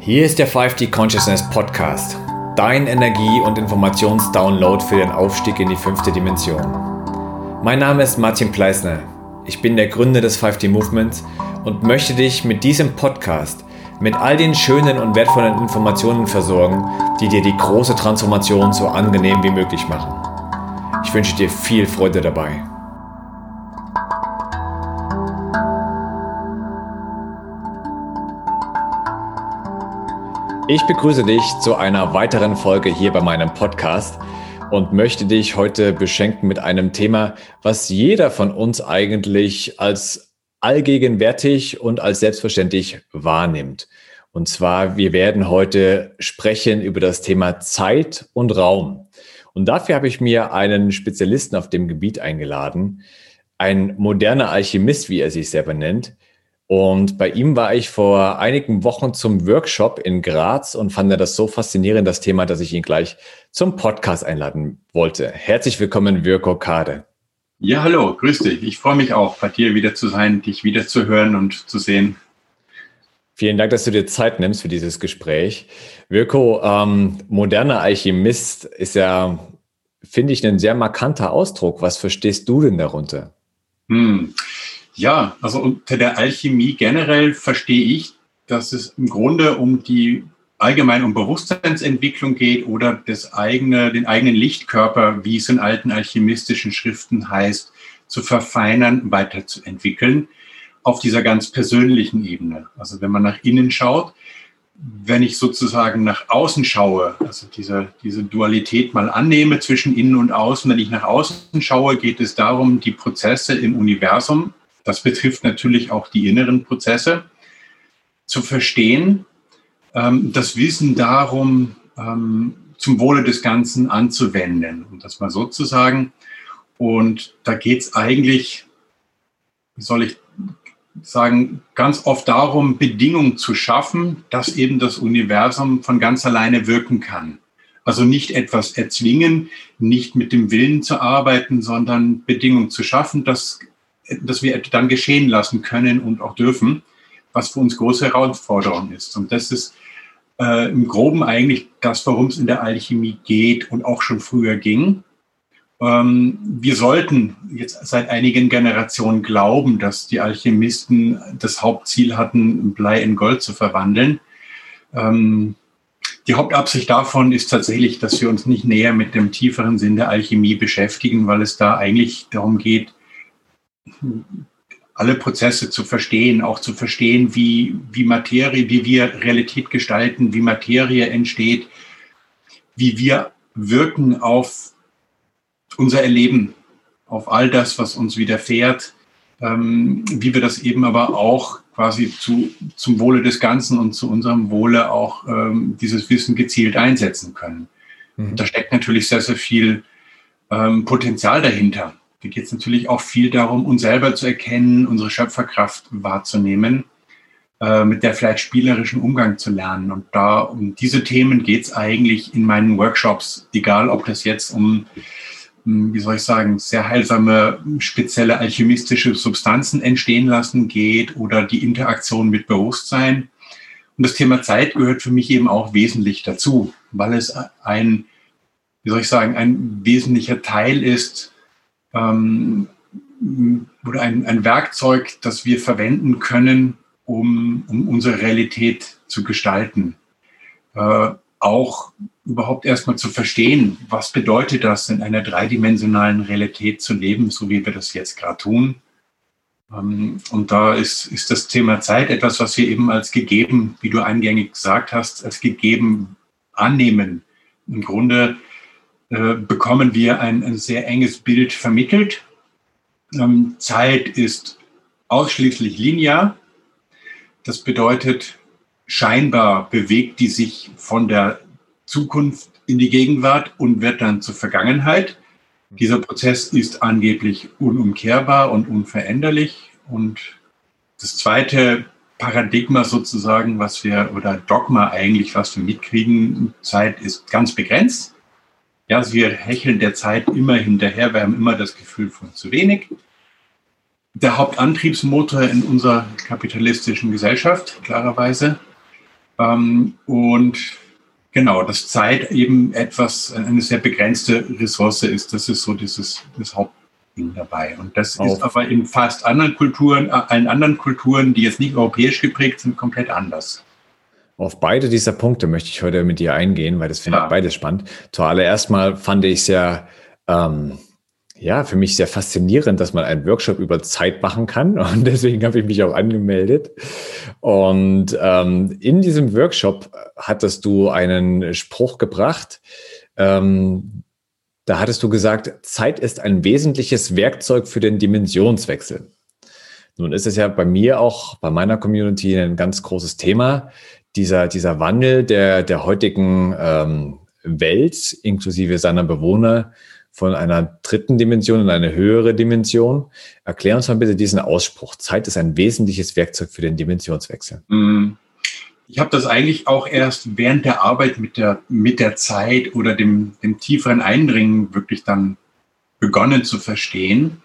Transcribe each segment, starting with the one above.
Hier ist der 5D Consciousness Podcast, dein Energie- und Informationsdownload für den Aufstieg in die 5. Dimension. Mein Name ist Martin Pleisner, ich bin der Gründer des 5D Movements und möchte dich mit diesem Podcast mit all den schönen und wertvollen Informationen versorgen, die dir die große Transformation so angenehm wie möglich machen. Ich wünsche dir viel Freude dabei. Ich begrüße dich zu einer weiteren Folge hier bei meinem Podcast und möchte dich heute beschenken mit einem Thema, was jeder von uns eigentlich als allgegenwärtig und als selbstverständlich wahrnimmt. Und zwar, wir werden heute sprechen über das Thema Zeit und Raum. Und dafür habe ich mir einen Spezialisten auf dem Gebiet eingeladen, ein moderner Alchemist, wie er sich selber nennt. Und bei ihm war ich vor einigen Wochen zum Workshop in Graz und fand das so faszinierend, das Thema, dass ich ihn gleich zum Podcast einladen wollte. Herzlich willkommen, Virko Kade. Ja, hallo, grüß dich. Ich freue mich auch, bei dir wieder zu sein, dich wieder zu hören und zu sehen. Vielen Dank, dass du dir Zeit nimmst für dieses Gespräch. Virko, moderner Alchemist ist ja, finde ich, ein sehr markanter Ausdruck. Was verstehst du denn darunter? Ja, also unter der Alchemie generell verstehe ich, dass es im Grunde allgemein um Bewusstseinsentwicklung geht oder den eigenen Lichtkörper, wie es in alten alchemistischen Schriften heißt, zu verfeinern, weiterzuentwickeln auf dieser ganz persönlichen Ebene. Also wenn man nach innen schaut, wenn ich sozusagen nach außen schaue, also diese Dualität mal annehme zwischen innen und außen, wenn ich nach außen schaue, geht es darum, die Prozesse im Universum, das betrifft natürlich auch die inneren Prozesse, zu verstehen, das Wissen darum zum Wohle des Ganzen anzuwenden, um das mal so zu sagen. Und da geht es eigentlich, wie soll ich sagen, ganz oft darum, Bedingungen zu schaffen, dass eben das Universum von ganz alleine wirken kann. Also nicht etwas erzwingen, nicht mit dem Willen zu arbeiten, sondern Bedingungen zu schaffen, dass wir dann geschehen lassen können und auch dürfen, was für uns große Herausforderung ist. Und das ist im Groben eigentlich das, worum es in der Alchemie geht und auch schon früher ging. Wir sollten jetzt seit einigen Generationen glauben, dass die Alchemisten das Hauptziel hatten, Blei in Gold zu verwandeln. Die Hauptabsicht davon ist tatsächlich, dass wir uns nicht näher mit dem tieferen Sinn der Alchemie beschäftigen, weil es da eigentlich darum geht, alle Prozesse zu verstehen, auch zu verstehen, wie Materie, wie wir Realität gestalten, wie Materie entsteht, wie wir wirken auf unser Erleben, auf all das, was uns widerfährt, wie wir das eben aber auch quasi zum Wohle des Ganzen und zu unserem Wohle auch dieses Wissen gezielt einsetzen können. Und da steckt natürlich sehr, sehr viel Potenzial dahinter. Da geht es natürlich auch viel darum, uns selber zu erkennen, unsere Schöpferkraft wahrzunehmen, mit der vielleicht spielerischen Umgang zu lernen. Und um diese Themen geht es eigentlich in meinen Workshops, egal ob das jetzt wie soll ich sagen, sehr heilsame, spezielle alchemistische Substanzen entstehen lassen geht oder die Interaktion mit Bewusstsein. Und das Thema Zeit gehört für mich eben auch wesentlich dazu, weil es ein wesentlicher Teil ist, oder ein Werkzeug, das wir verwenden können, um unsere Realität zu gestalten. Auch überhaupt erstmal zu verstehen, was bedeutet das, in einer dreidimensionalen Realität zu leben, so wie wir das jetzt gerade tun. Und da ist das Thema Zeit etwas, was wir eben als gegeben, wie du eingängig gesagt hast, als gegeben annehmen. Im Grunde bekommen wir ein sehr enges Bild vermittelt. Zeit ist ausschließlich linear. Das bedeutet, scheinbar bewegt die sich von der Zukunft in die Gegenwart und wird dann zur Vergangenheit. Dieser Prozess ist angeblich unumkehrbar und unveränderlich. Und das zweite Paradigma sozusagen, oder Dogma eigentlich, was wir mitkriegen, Zeit ist ganz begrenzt. Ja, also wir hecheln der Zeit immer hinterher, wir haben immer das Gefühl von zu wenig. Der Hauptantriebsmotor in unserer kapitalistischen Gesellschaft, klarerweise. Und genau, dass Zeit eben eine sehr begrenzte Ressource ist. Das ist so das Hauptding dabei. Und das ist aber in fast allen anderen Kulturen, die jetzt nicht europäisch geprägt sind, komplett anders. Auf beide dieser Punkte möchte ich heute mit dir eingehen, weil das finde ich beides spannend. Zuallererst mal fand ich es ja, für mich sehr faszinierend, dass man einen Workshop über Zeit machen kann. Und deswegen habe ich mich auch angemeldet. Und in diesem Workshop hattest du einen Spruch gebracht. Da hattest du gesagt, Zeit ist ein wesentliches Werkzeug für den Dimensionswechsel. Nun ist es ja bei mir auch, bei meiner Community ein ganz großes Thema. Dieser Wandel der heutigen Welt, inklusive seiner Bewohner, von einer dritten Dimension in eine höhere Dimension. Erklär uns mal bitte diesen Ausspruch. Zeit ist ein wesentliches Werkzeug für den Dimensionswechsel. Ich habe das eigentlich auch erst während der Arbeit mit der Zeit oder dem tieferen Eindringen wirklich dann begonnen zu verstehen.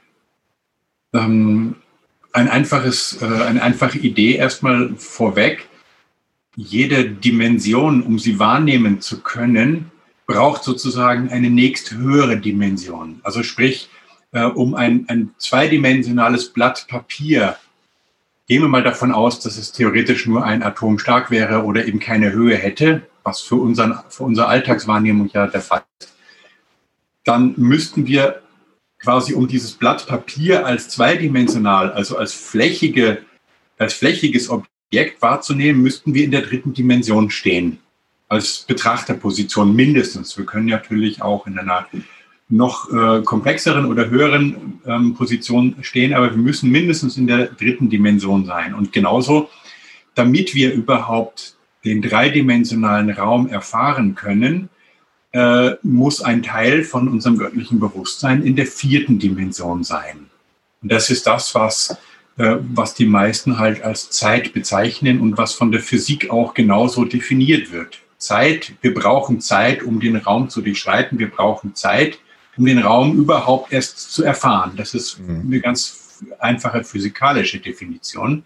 Eine einfache Idee erstmal vorweg. Jede Dimension, um sie wahrnehmen zu können, braucht sozusagen eine nächsthöhere Dimension. Also sprich, um ein zweidimensionales Blatt Papier, gehen wir mal davon aus, dass es theoretisch nur ein Atom stark wäre oder eben keine Höhe hätte, was für unsere Alltagswahrnehmung ja der Fall ist, dann müssten wir quasi, um dieses Blatt Papier als zweidimensional, also als flächiges Objekt wahrzunehmen, müssten wir in der dritten Dimension stehen. Als Betrachterposition mindestens. Wir können natürlich auch in einer noch komplexeren oder höheren Position stehen, aber wir müssen mindestens in der dritten Dimension sein. Und genauso, damit wir überhaupt den dreidimensionalen Raum erfahren können, muss ein Teil von unserem göttlichen Bewusstsein in der vierten Dimension sein. Und das ist das, was die meisten halt als Zeit bezeichnen und was von der Physik auch genauso definiert wird. Zeit, wir brauchen Zeit, um den Raum zu durchschreiten. Wir brauchen Zeit, um den Raum überhaupt erst zu erfahren. Das ist eine ganz einfache physikalische Definition.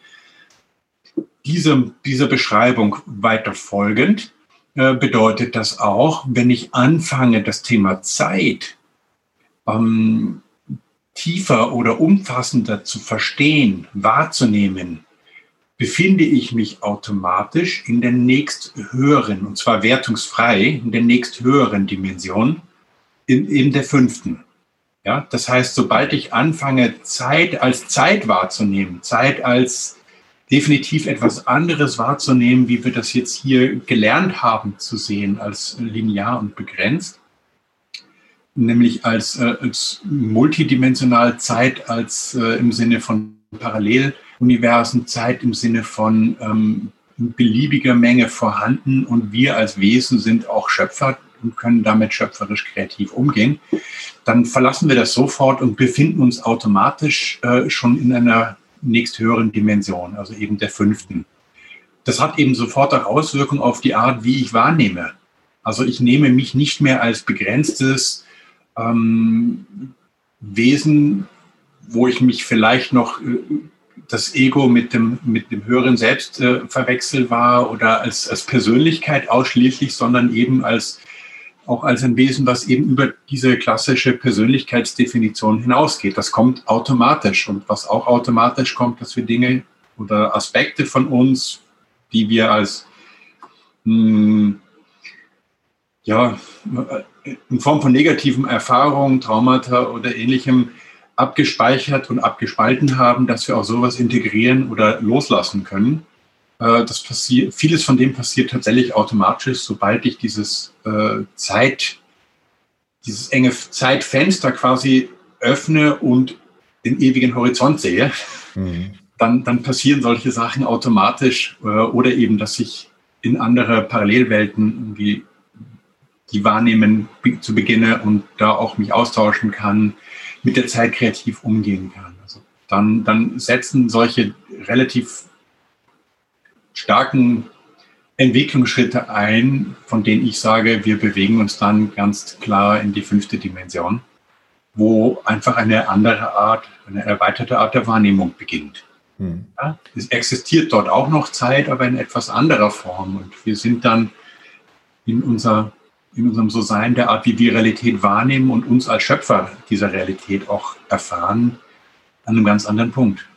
Dieser Beschreibung weiter folgend bedeutet das auch, wenn ich anfange, das Thema Zeit tiefer oder umfassender zu verstehen, wahrzunehmen, befinde ich mich automatisch in der nächsthöheren, und zwar wertungsfrei, in der nächsthöheren Dimension, in der fünften. Ja, das heißt, sobald ich anfange, Zeit als Zeit wahrzunehmen, Zeit als definitiv etwas anderes wahrzunehmen, wie wir das jetzt hier gelernt haben zu sehen, als linear und begrenzt, nämlich als multidimensional Zeit, als im Sinne von Paralleluniversen, Zeit im Sinne von beliebiger Menge vorhanden und wir als Wesen sind auch Schöpfer und können damit schöpferisch kreativ umgehen, dann verlassen wir das sofort und befinden uns automatisch schon in einer nächsthöheren Dimension, also eben der fünften. Das hat eben sofort auch Auswirkungen auf die Art, wie ich wahrnehme. Also ich nehme mich nicht mehr als begrenztes Wesen, wo ich mich vielleicht noch das Ego mit dem höheren Selbst verwechselt war oder als Persönlichkeit ausschließlich, sondern eben auch als ein Wesen, was eben über diese klassische Persönlichkeitsdefinition hinausgeht. Das kommt automatisch. Und was auch automatisch kommt, dass wir Dinge oder Aspekte von uns, die wir als in Form von negativen Erfahrungen, Traumata oder Ähnlichem abgespeichert und abgespalten haben, dass wir auch sowas integrieren oder loslassen können. Vieles von dem passiert tatsächlich automatisch, sobald ich dieses enge Zeitfenster quasi öffne und den ewigen Horizont sehe. Dann passieren solche Sachen automatisch oder eben, dass ich in andere Parallelwelten irgendwie die Wahrnehmen zu beginne und da auch mich austauschen kann, mit der Zeit kreativ umgehen kann. Also dann setzen solche relativ starken Entwicklungsschritte ein, von denen ich sage, wir bewegen uns dann ganz klar in die fünfte Dimension, wo einfach eine andere Art, eine erweiterte Art der Wahrnehmung beginnt. Hm. Ja, es existiert dort auch noch Zeit, aber in etwas anderer Form. Und wir sind dann in unserem So-Sein, der Art, wie wir Realität wahrnehmen und uns als Schöpfer dieser Realität auch erfahren, an einem ganz anderen Punkt.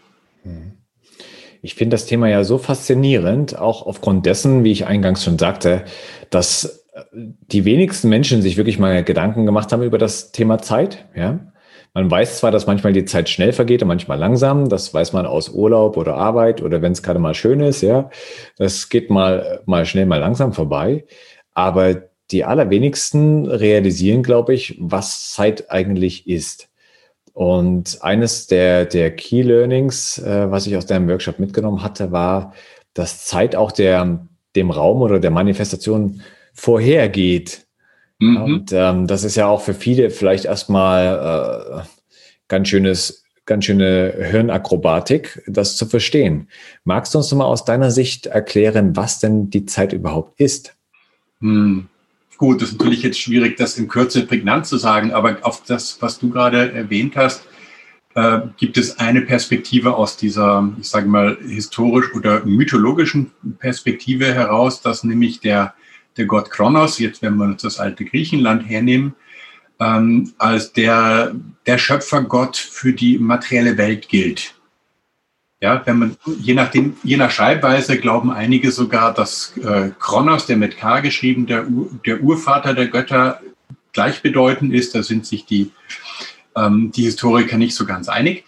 Ich finde das Thema ja so faszinierend, auch aufgrund dessen, wie ich eingangs schon sagte, dass die wenigsten Menschen sich wirklich mal Gedanken gemacht haben über das Thema Zeit. Ja? Man weiß zwar, dass manchmal die Zeit schnell vergeht und manchmal langsam. Das weiß man aus Urlaub oder Arbeit oder wenn es gerade mal schön ist. Ja, das geht mal schnell, mal langsam vorbei. Aber die allerwenigsten realisieren, glaube ich, was Zeit eigentlich ist. Und eines der Key Learnings, was ich aus deinem Workshop mitgenommen hatte, war, dass Zeit auch dem Raum oder der Manifestation vorhergeht. Ja, Mhm. und das ist ja auch für viele vielleicht erstmal ganz schöne Hirnakrobatik, das zu verstehen. Magst du uns noch mal aus deiner Sicht erklären, was denn die Zeit überhaupt ist? Hm. Gut, das ist natürlich jetzt schwierig, das in Kürze prägnant zu sagen, aber auf das, was du gerade erwähnt hast, gibt es eine Perspektive aus dieser, ich sage mal, historisch oder mythologischen Perspektive heraus, dass nämlich der Gott Kronos, jetzt wenn wir uns das alte Griechenland hernehmen, als der Schöpfergott für die materielle Welt gilt. Ja, wenn man, je nach Schreibweise glauben einige sogar, dass Kronos, der mit K geschrieben, der Urvater der Götter, gleichbedeutend ist. Da sind sich die Historiker nicht so ganz einig.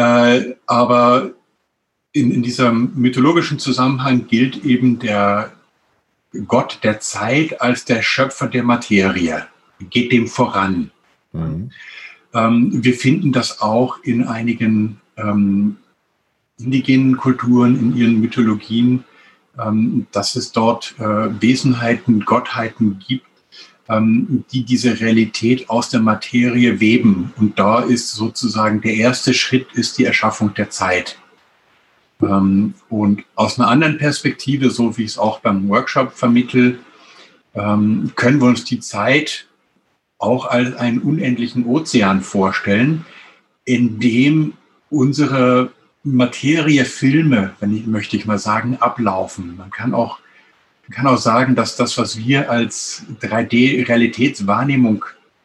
Aber in diesem mythologischen Zusammenhang gilt eben der Gott der Zeit als der Schöpfer der Materie, geht dem voran. Mhm. Wir finden das auch in einigen indigenen Kulturen, in ihren Mythologien, dass es dort Wesenheiten, Gottheiten gibt, die diese Realität aus der Materie weben. Und da ist sozusagen der erste Schritt ist die Erschaffung der Zeit. Und aus einer anderen Perspektive, so wie ich es auch beim Workshop vermittle, können wir uns die Zeit auch als einen unendlichen Ozean vorstellen, in dem unsere Materiefilme, möchte ich mal sagen, ablaufen. Man kann auch sagen, dass das, was wir als 3D-Realitätswahrnehmung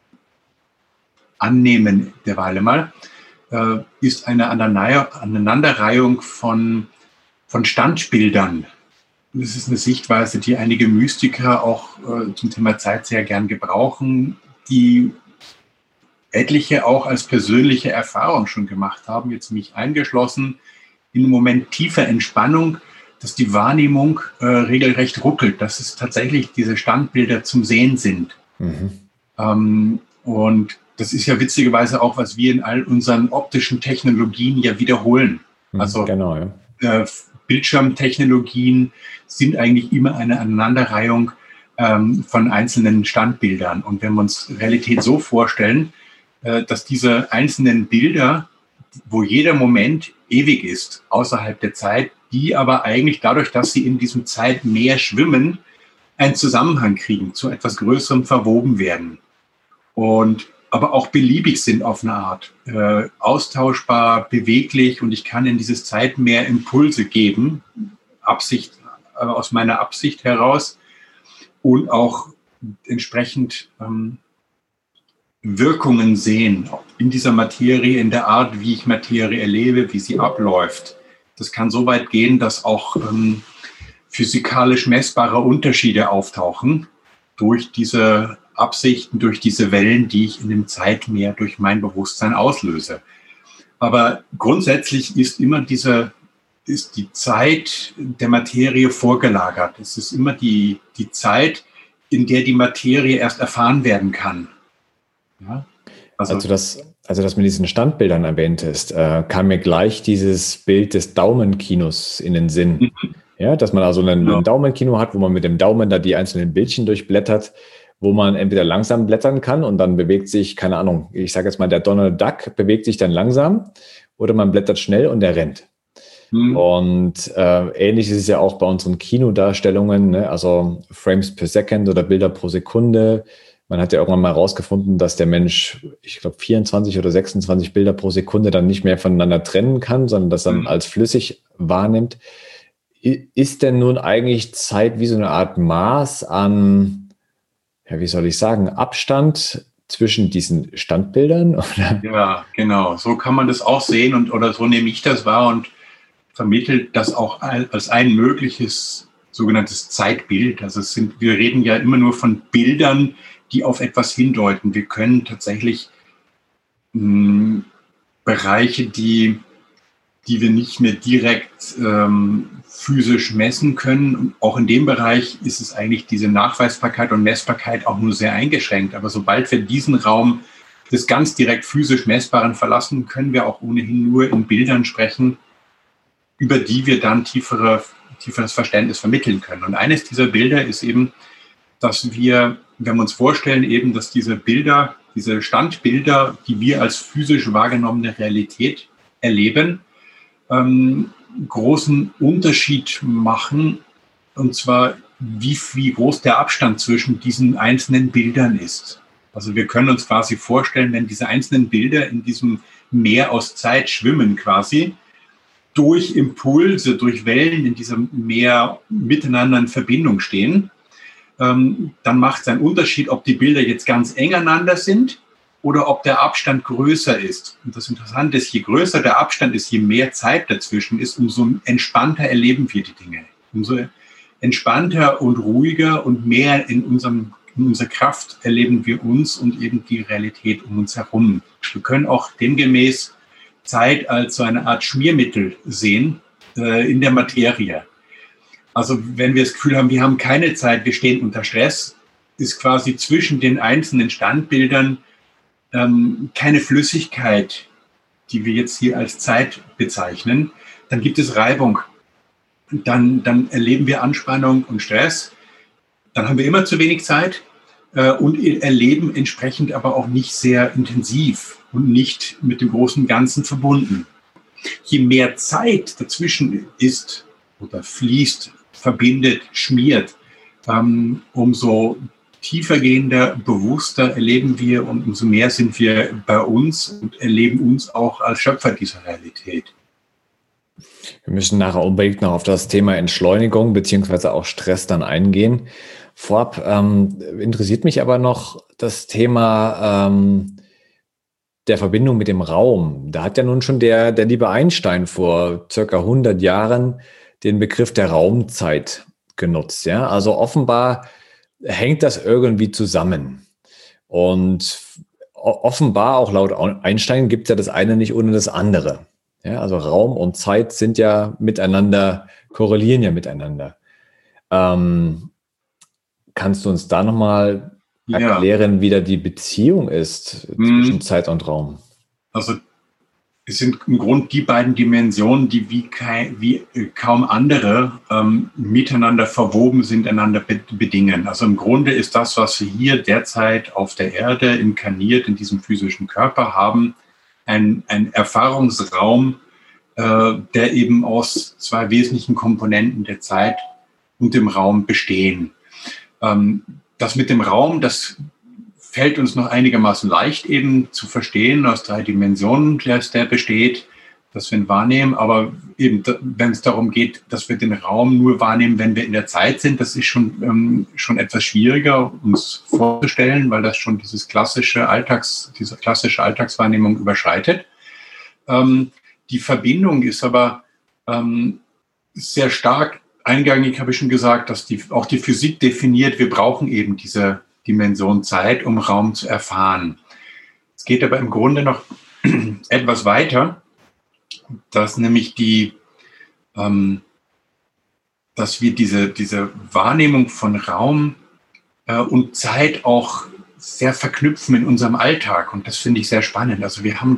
annehmen, derweil mal, ist eine Aneinanderreihung von Standbildern. Das ist eine Sichtweise, die einige Mystiker auch zum Thema Zeit sehr gern gebrauchen, die etliche auch als persönliche Erfahrung schon gemacht haben, jetzt mich eingeschlossen, in einem Moment tiefer Entspannung, dass die Wahrnehmung regelrecht ruckelt, dass es tatsächlich diese Standbilder zum Sehen sind. Mhm. Und das ist ja witzigerweise auch, was wir in all unseren optischen Technologien ja wiederholen. Also Genau, ja. Bildschirmtechnologien sind eigentlich immer eine Aneinanderreihung von einzelnen Standbildern. Und wenn wir uns Realität so vorstellen, dass diese einzelnen Bilder, wo jeder Moment ewig ist, außerhalb der Zeit, die aber eigentlich dadurch, dass sie in diesem Zeitmeer schwimmen, einen Zusammenhang kriegen, zu etwas Größerem verwoben werden. Und aber auch beliebig sind auf eine Art, austauschbar, beweglich, und ich kann in dieses Zeitmeer Impulse geben, aus meiner Absicht heraus, und auch entsprechend Wirkungen sehen in dieser Materie, in der Art, wie ich Materie erlebe, wie sie abläuft. Das kann so weit gehen, dass auch physikalisch messbare Unterschiede auftauchen durch diese Absichten, durch diese Wellen, die ich in dem Zeitmeer durch mein Bewusstsein auslöse. Aber grundsätzlich ist immer ist die Zeit der Materie vorgelagert. Es ist immer die Zeit, in der die Materie erst erfahren werden kann. Ja? Also das mit diesen Standbildern erwähntest, kam mir gleich dieses Bild des Daumenkinos in den Sinn. Ja, dass man also ein Daumenkino hat, wo man mit dem Daumen da die einzelnen Bildchen durchblättert, wo man entweder langsam blättern kann und dann bewegt sich, keine Ahnung, ich sage jetzt mal, der Donald Duck bewegt sich dann langsam, oder man blättert schnell und der rennt. Und ähnlich ist es ja auch bei unseren Kinodarstellungen, ne? Also Frames per Second oder Bilder pro Sekunde. Man hat ja irgendwann mal herausgefunden, dass der Mensch, ich glaube, 24 oder 26 Bilder pro Sekunde dann nicht mehr voneinander trennen kann, sondern das dann als flüssig wahrnimmt. Ist denn nun eigentlich Zeit wie so eine Art Maß an, ja, wie soll ich sagen, Abstand zwischen diesen Standbildern? Oder? Ja, genau. So kann man das auch sehen oder so nehme ich das wahr und vermittelt das auch als ein mögliches sogenanntes Zeitbild. Also wir reden ja immer nur von Bildern, die auf etwas hindeuten. Wir können tatsächlich Bereiche, die wir nicht mehr direkt physisch messen können. Und auch in dem Bereich ist es eigentlich diese Nachweisbarkeit und Messbarkeit auch nur sehr eingeschränkt. Aber sobald wir diesen Raum des ganz direkt physisch Messbaren verlassen, können wir auch ohnehin nur in Bildern sprechen, über die wir dann tieferes Verständnis vermitteln können. Und eines dieser Bilder ist eben, dass wir, wenn wir uns vorstellen, eben, dass diese Bilder, diese Standbilder, die wir als physisch wahrgenommene Realität erleben, großen Unterschied machen, und zwar wie groß der Abstand zwischen diesen einzelnen Bildern ist. Also wir können uns quasi vorstellen, wenn diese einzelnen Bilder in diesem Meer aus Zeit schwimmen quasi, durch Impulse, durch Wellen in diesem Meer miteinander in Verbindung stehen, dann macht es einen Unterschied, ob die Bilder jetzt ganz eng aneinander sind oder ob der Abstand größer ist. Und das Interessante ist, je größer der Abstand ist, je mehr Zeit dazwischen ist, umso entspannter erleben wir die Dinge. Umso entspannter und ruhiger und mehr in unserer Kraft erleben wir uns und eben die Realität um uns herum. Wir können auch demgemäß Zeit als so eine Art Schmiermittel sehen in der Materie. Also wenn wir das Gefühl haben, wir haben keine Zeit, wir stehen unter Stress, ist quasi zwischen den einzelnen Standbildern keine Flüssigkeit, die wir jetzt hier als Zeit bezeichnen, dann gibt es Reibung. Dann erleben wir Anspannung und Stress. Dann haben wir immer zu wenig Zeit und erleben entsprechend aber auch nicht sehr intensiv und nicht mit dem großen Ganzen verbunden. Je mehr Zeit dazwischen ist oder fließt, verbindet, schmiert, umso tiefergehender, bewusster erleben wir und umso mehr sind wir bei uns und erleben uns auch als Schöpfer dieser Realität. Wir müssen nachher unbedingt noch auf das Thema Entschleunigung beziehungsweise auch Stress dann eingehen. Vorab interessiert mich aber noch das Thema der Verbindung mit dem Raum. Da hat ja nun schon der liebe Einstein vor circa 100 Jahren den Begriff der Raumzeit genutzt. Ja? Also offenbar hängt das irgendwie zusammen. Und offenbar, auch laut Einstein, gibt es ja das eine nicht ohne das andere. Ja, also Raum und Zeit sind ja miteinander, korrelieren ja miteinander. Kannst du uns da nochmal erklären, wie da die Beziehung ist zwischen Zeit und Raum? Also es sind im Grunde die beiden Dimensionen, die wie kaum andere miteinander verwoben sind, einander bedingen. Also im Grunde ist das, was wir hier derzeit auf der Erde inkarniert in diesem physischen Körper haben, ein Erfahrungsraum, der eben aus zwei wesentlichen Komponenten der Zeit und dem Raum bestehen. Das mit dem Raum, das fällt uns noch einigermaßen leicht eben zu verstehen, aus 3 Dimensionen, der besteht, dass wir ihn wahrnehmen. Aber eben, wenn es darum geht, dass wir den Raum nur wahrnehmen, wenn wir in der Zeit sind, das ist schon etwas schwieriger, uns vorzustellen, weil das schon diese klassische Alltagswahrnehmung überschreitet. Die Verbindung ist aber sehr stark eingängig, habe ich schon gesagt, dass auch die Physik definiert, wir brauchen eben diese Dimension Zeit, um Raum zu erfahren. Es geht aber im Grunde noch etwas weiter, dass nämlich dass wir diese Wahrnehmung von Raum und Zeit auch sehr verknüpfen in unserem Alltag. Und das finde ich sehr spannend. Also wir haben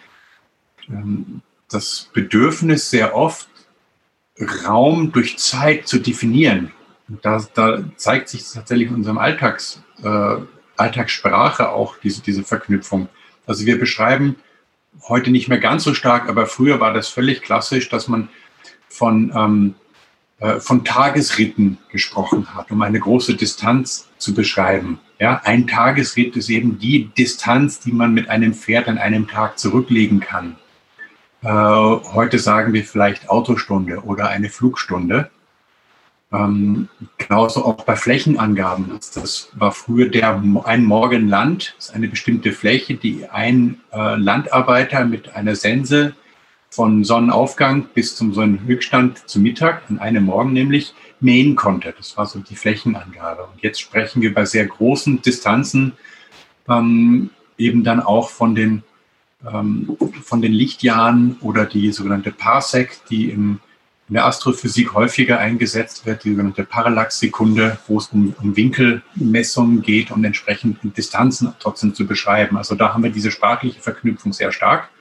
das Bedürfnis sehr oft, Raum durch Zeit zu definieren. Und da zeigt sich tatsächlich in unserem Alltagssprache auch diese Verknüpfung. Also wir beschreiben heute nicht mehr ganz so stark, aber früher war das völlig klassisch, dass man von von Tagesritten gesprochen hat, um eine große Distanz zu beschreiben. Ja, ein Tagesritt ist eben die Distanz, die man mit einem Pferd an einem Tag zurücklegen kann. Heute sagen wir vielleicht Autostunde oder eine Flugstunde. Genauso auch bei Flächenangaben. Das war früher ein Morgen Land, das ist eine bestimmte Fläche, die ein Landarbeiter mit einer Sense von Sonnenaufgang bis zum Sonnenhöchststand zu Mittag, an einem Morgen nämlich, mähen konnte. Das war so die Flächenangabe. Und jetzt sprechen wir bei sehr großen Distanzen eben dann auch von den Lichtjahren oder die sogenannte Parsec, die in der Astrophysik häufiger eingesetzt wird, die sogenannte Parallaxsekunde, wo es um Winkelmessungen geht, um entsprechend Distanzen trotzdem zu beschreiben. Also da haben wir diese sprachliche Verknüpfung sehr stark.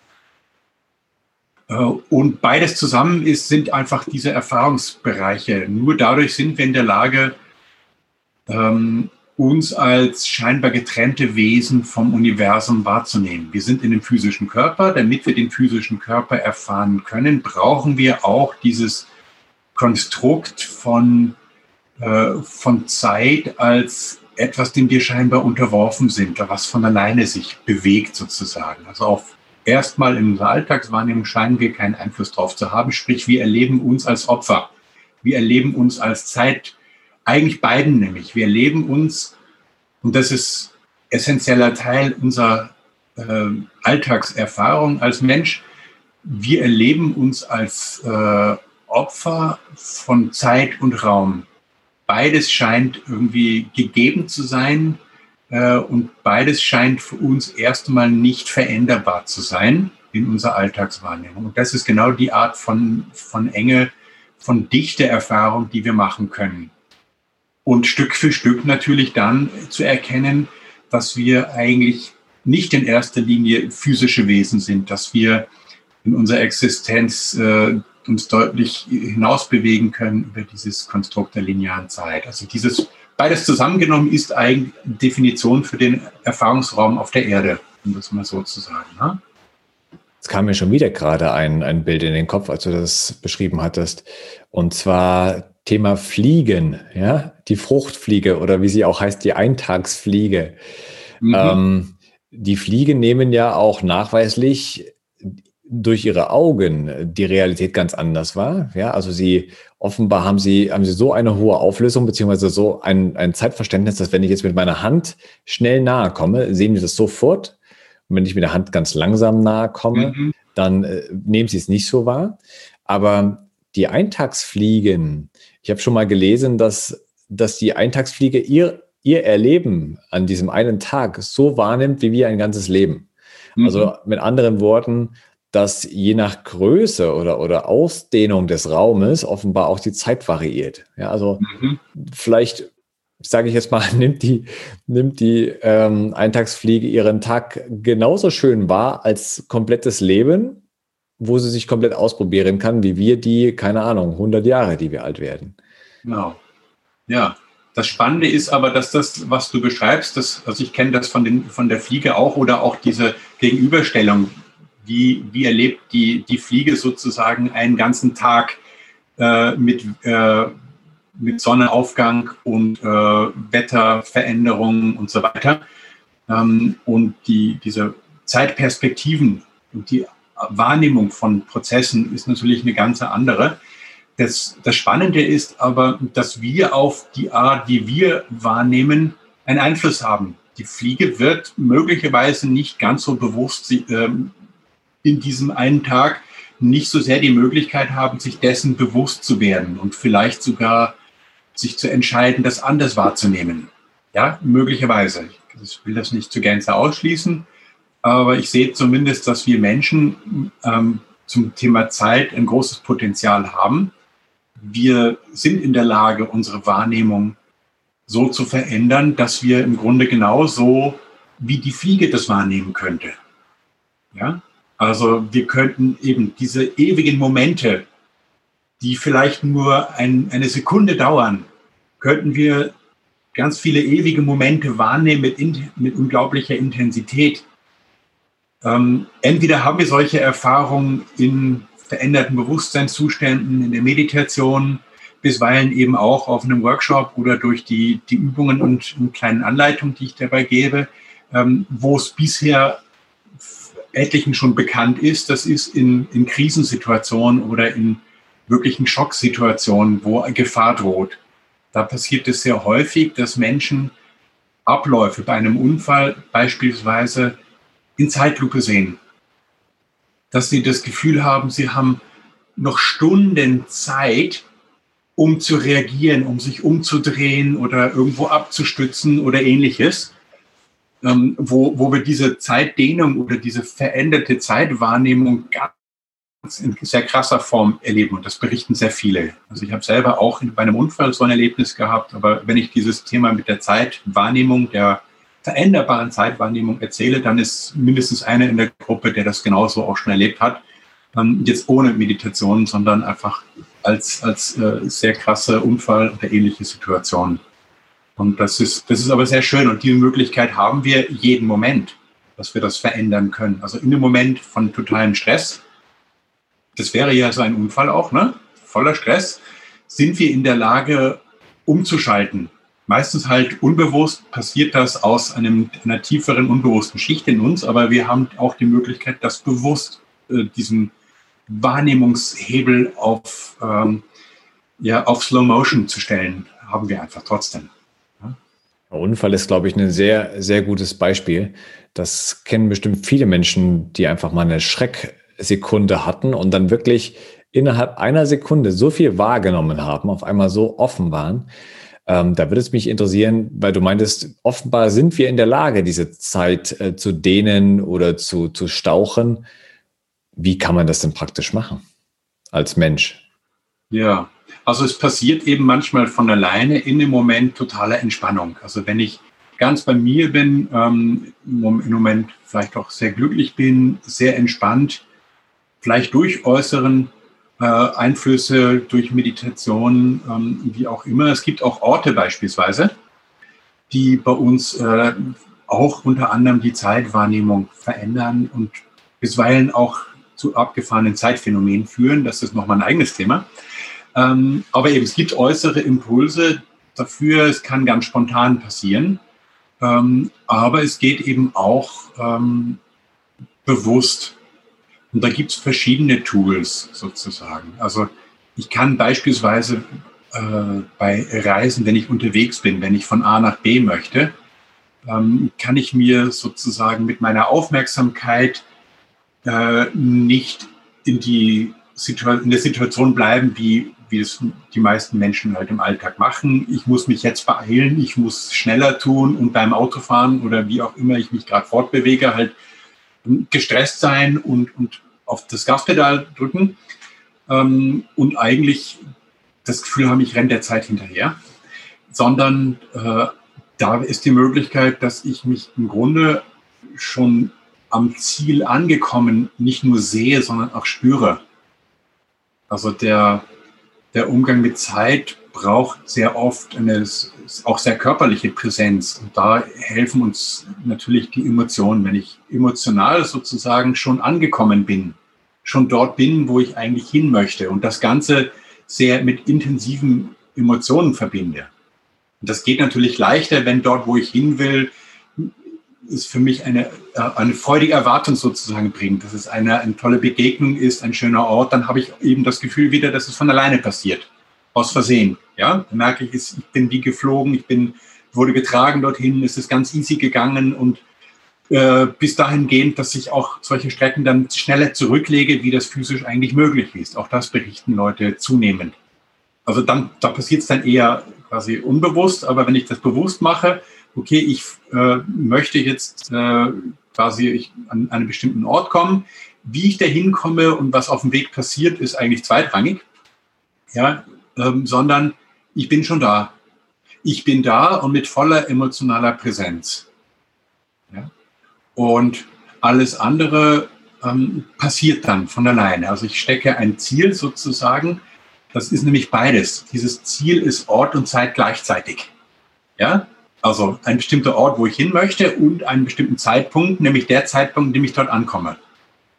Und beides zusammen sind einfach diese Erfahrungsbereiche. Nur dadurch sind wir in der Lage, uns als scheinbar getrennte Wesen vom Universum wahrzunehmen. Wir sind in dem physischen Körper. Damit wir den physischen Körper erfahren können, brauchen wir auch dieses Konstrukt von Zeit als etwas, dem wir scheinbar unterworfen sind, was von alleine sich bewegt sozusagen. Also auf erstmal in unserer Alltagswahrnehmung scheinen wir keinen Einfluss drauf zu haben. Sprich, wir erleben uns als Opfer. Wir erleben uns als Zeit, eigentlich beiden nämlich. Wir erleben uns, und das ist essentieller Teil unserer Alltagserfahrung als Mensch, wir erleben uns als Opfer von Zeit und Raum. Beides scheint irgendwie gegeben zu sein. Und beides scheint für uns erstmal nicht veränderbar zu sein in unserer Alltagswahrnehmung. Und das ist genau die Art von Enge, von Dichte-Erfahrung, die wir machen können. Und Stück für Stück natürlich dann zu erkennen, dass wir eigentlich nicht in erster Linie physische Wesen sind, dass wir in unserer Existenz uns deutlich hinaus bewegen können über dieses Konstrukt der linearen Zeit. Also beides zusammengenommen ist eigentlich Definition für den Erfahrungsraum auf der Erde, um das mal so zu sagen. Ne? Es kam mir schon wieder gerade ein Bild in den Kopf, als du das beschrieben hattest. Und zwar Thema Fliegen, ja, die Fruchtfliege oder wie sie auch heißt, die Eintagsfliege. Mhm. Die Fliegen nehmen ja auch nachweislich durch ihre Augen die Realität ganz anders wahr. Ja, also offenbar haben sie so eine hohe Auflösung, beziehungsweise so ein Zeitverständnis, dass wenn ich jetzt mit meiner Hand schnell nahe komme, sehen die das sofort. Und wenn ich mit der Hand ganz langsam nahe komme, dann nehmen sie es nicht so wahr. Aber die Eintagsfliegen, ich habe schon mal gelesen, dass die Eintagsfliege ihr Erleben an diesem einen Tag so wahrnimmt, wie wir ein ganzes Leben. Also mit anderen Worten, dass je nach Größe oder Ausdehnung des Raumes offenbar auch die Zeit variiert. Ja, also vielleicht, sage ich jetzt mal, nimmt die Eintagsfliege ihren Tag genauso schön wahr als komplettes Leben, wo sie sich komplett ausprobieren kann, wie wir die, keine Ahnung, 100 Jahre, die wir alt werden. Genau. Ja. Das Spannende ist aber, dass das, was du beschreibst, also ich kenne das von der Fliege auch oder auch diese Gegenüberstellung. Wie erlebt die Fliege sozusagen einen ganzen Tag mit Sonnenaufgang und Wetterveränderungen und so weiter. Und diese Zeitperspektiven und die Wahrnehmung von Prozessen ist natürlich eine ganz andere. Das Spannende ist aber, dass wir auf die Art, wie wir wahrnehmen, einen Einfluss haben. Die Fliege wird möglicherweise nicht ganz so bewusst in diesem einen Tag nicht so sehr die Möglichkeit haben, sich dessen bewusst zu werden und vielleicht sogar sich zu entscheiden, das anders wahrzunehmen. Ja, möglicherweise. Ich will das nicht zur Gänze ausschließen, aber ich sehe zumindest, dass wir Menschen zum Thema Zeit ein großes Potenzial haben. Wir sind in der Lage, unsere Wahrnehmung so zu verändern, dass wir im Grunde genauso wie die Fliege das wahrnehmen könnte. Ja? Also wir könnten eben diese ewigen Momente, die vielleicht nur eine Sekunde dauern, könnten wir ganz viele ewige Momente wahrnehmen mit unglaublicher Intensität. Entweder haben wir solche Erfahrungen in veränderten Bewusstseinszuständen, in der Meditation, bisweilen eben auch auf einem Workshop oder durch die Übungen und kleinen Anleitungen, die ich dabei gebe, wo es bisher etlichen schon bekannt ist. Das ist in Krisensituationen oder in wirklichen Schocksituationen, wo Gefahr droht. Da passiert es sehr häufig, dass Menschen Abläufe bei einem Unfall beispielsweise in Zeitlupe sehen. Dass sie das Gefühl haben, sie haben noch Stunden Zeit, um zu reagieren, um sich umzudrehen oder irgendwo abzustützen oder Ähnliches, wo wir diese Zeitdehnung oder diese veränderte Zeitwahrnehmung ganz in sehr krasser Form erleben. Und das berichten sehr viele. Also ich habe selber auch bei einem Unfall so ein Erlebnis gehabt, aber wenn ich dieses Thema mit der Zeitwahrnehmung, der veränderbaren Zeitwahrnehmung erzähle, dann ist mindestens einer in der Gruppe, der das genauso auch schon erlebt hat. Jetzt ohne Meditation, sondern einfach als sehr krasse Unfall oder ähnliche Situation. Und das ist aber sehr schön. Und diese Möglichkeit haben wir jeden Moment, dass wir das verändern können. Also in dem Moment von totalem Stress, das wäre ja so ein Unfall auch, ne? Voller Stress, sind wir in der Lage, umzuschalten. Meistens halt unbewusst passiert das aus einer tieferen, unbewussten Schicht in uns, aber wir haben auch die Möglichkeit, das bewusst diesen Wahrnehmungshebel auf Slow Motion zu stellen, haben wir einfach trotzdem. Ja? Der Unfall ist, glaube ich, ein sehr, sehr gutes Beispiel. Das kennen bestimmt viele Menschen, die einfach mal eine Schrecksekunde hatten und dann wirklich innerhalb einer Sekunde so viel wahrgenommen haben, auf einmal so offen waren. Da würde es mich interessieren, weil du meintest, offenbar sind wir in der Lage, diese Zeit zu dehnen oder zu stauchen. Wie kann man das denn praktisch machen als Mensch? Ja, also es passiert eben manchmal von alleine in dem Moment totaler Entspannung. Also wenn ich ganz bei mir bin, im Moment vielleicht auch sehr glücklich bin, sehr entspannt, vielleicht durch äußeren Einflüsse, durch Meditation, wie auch immer. Es gibt auch Orte beispielsweise, die bei uns auch unter anderem die Zeitwahrnehmung verändern und bisweilen auch zu abgefahrenen Zeitphänomenen führen. Das ist nochmal ein eigenes Thema. Aber eben, es gibt äußere Impulse dafür. Es kann ganz spontan passieren. Aber es geht eben auch bewusst. Und da gibt es verschiedene Tools sozusagen. Also ich kann beispielsweise bei Reisen, wenn ich unterwegs bin, wenn ich von A nach B möchte, kann ich mir sozusagen mit meiner Aufmerksamkeit nicht in der Situation bleiben, wie es die meisten Menschen halt im Alltag machen. Ich muss mich jetzt beeilen, ich muss schneller tun und beim Autofahren oder wie auch immer ich mich gerade fortbewege, halt gestresst sein und auf das Gaspedal drücken und eigentlich das Gefühl haben, ich renne der Zeit hinterher, sondern da ist die Möglichkeit, dass ich mich im Grunde schon am Ziel angekommen nicht nur sehe, sondern auch spüre. Also der Umgang mit Zeit braucht sehr oft eine auch sehr körperliche Präsenz. Und da helfen uns natürlich die Emotionen. Wenn ich emotional sozusagen schon angekommen bin, schon dort bin, wo ich eigentlich hin möchte und das Ganze sehr mit intensiven Emotionen verbinde. Und das geht natürlich leichter, wenn dort, wo ich hin will, es für mich eine freudige Erwartung sozusagen bringt, dass es eine tolle Begegnung ist, ein schöner Ort, dann habe ich eben das Gefühl wieder, dass es von alleine passiert, aus Versehen. Ja, dann merke ich, ich bin wie geflogen, wurde getragen dorthin, es ist ganz easy gegangen und bis dahin gehend, dass ich auch solche Strecken dann schneller zurücklege, wie das physisch eigentlich möglich ist. Auch das berichten Leute zunehmend. Also da passiert es dann eher quasi unbewusst, aber wenn ich das bewusst mache, okay, ich möchte jetzt quasi an einen bestimmten Ort kommen. Wie ich da hinkomme und was auf dem Weg passiert, ist eigentlich zweitrangig. Ja, sondern ich bin schon da. Ich bin da und mit voller emotionaler Präsenz. Ja? Und alles andere passiert dann von alleine. Also ich stecke ein Ziel sozusagen. Das ist nämlich beides. Dieses Ziel ist Ort und Zeit gleichzeitig. Ja? Also ein bestimmter Ort, wo ich hin möchte und einen bestimmten Zeitpunkt, nämlich der Zeitpunkt, in dem ich dort ankomme.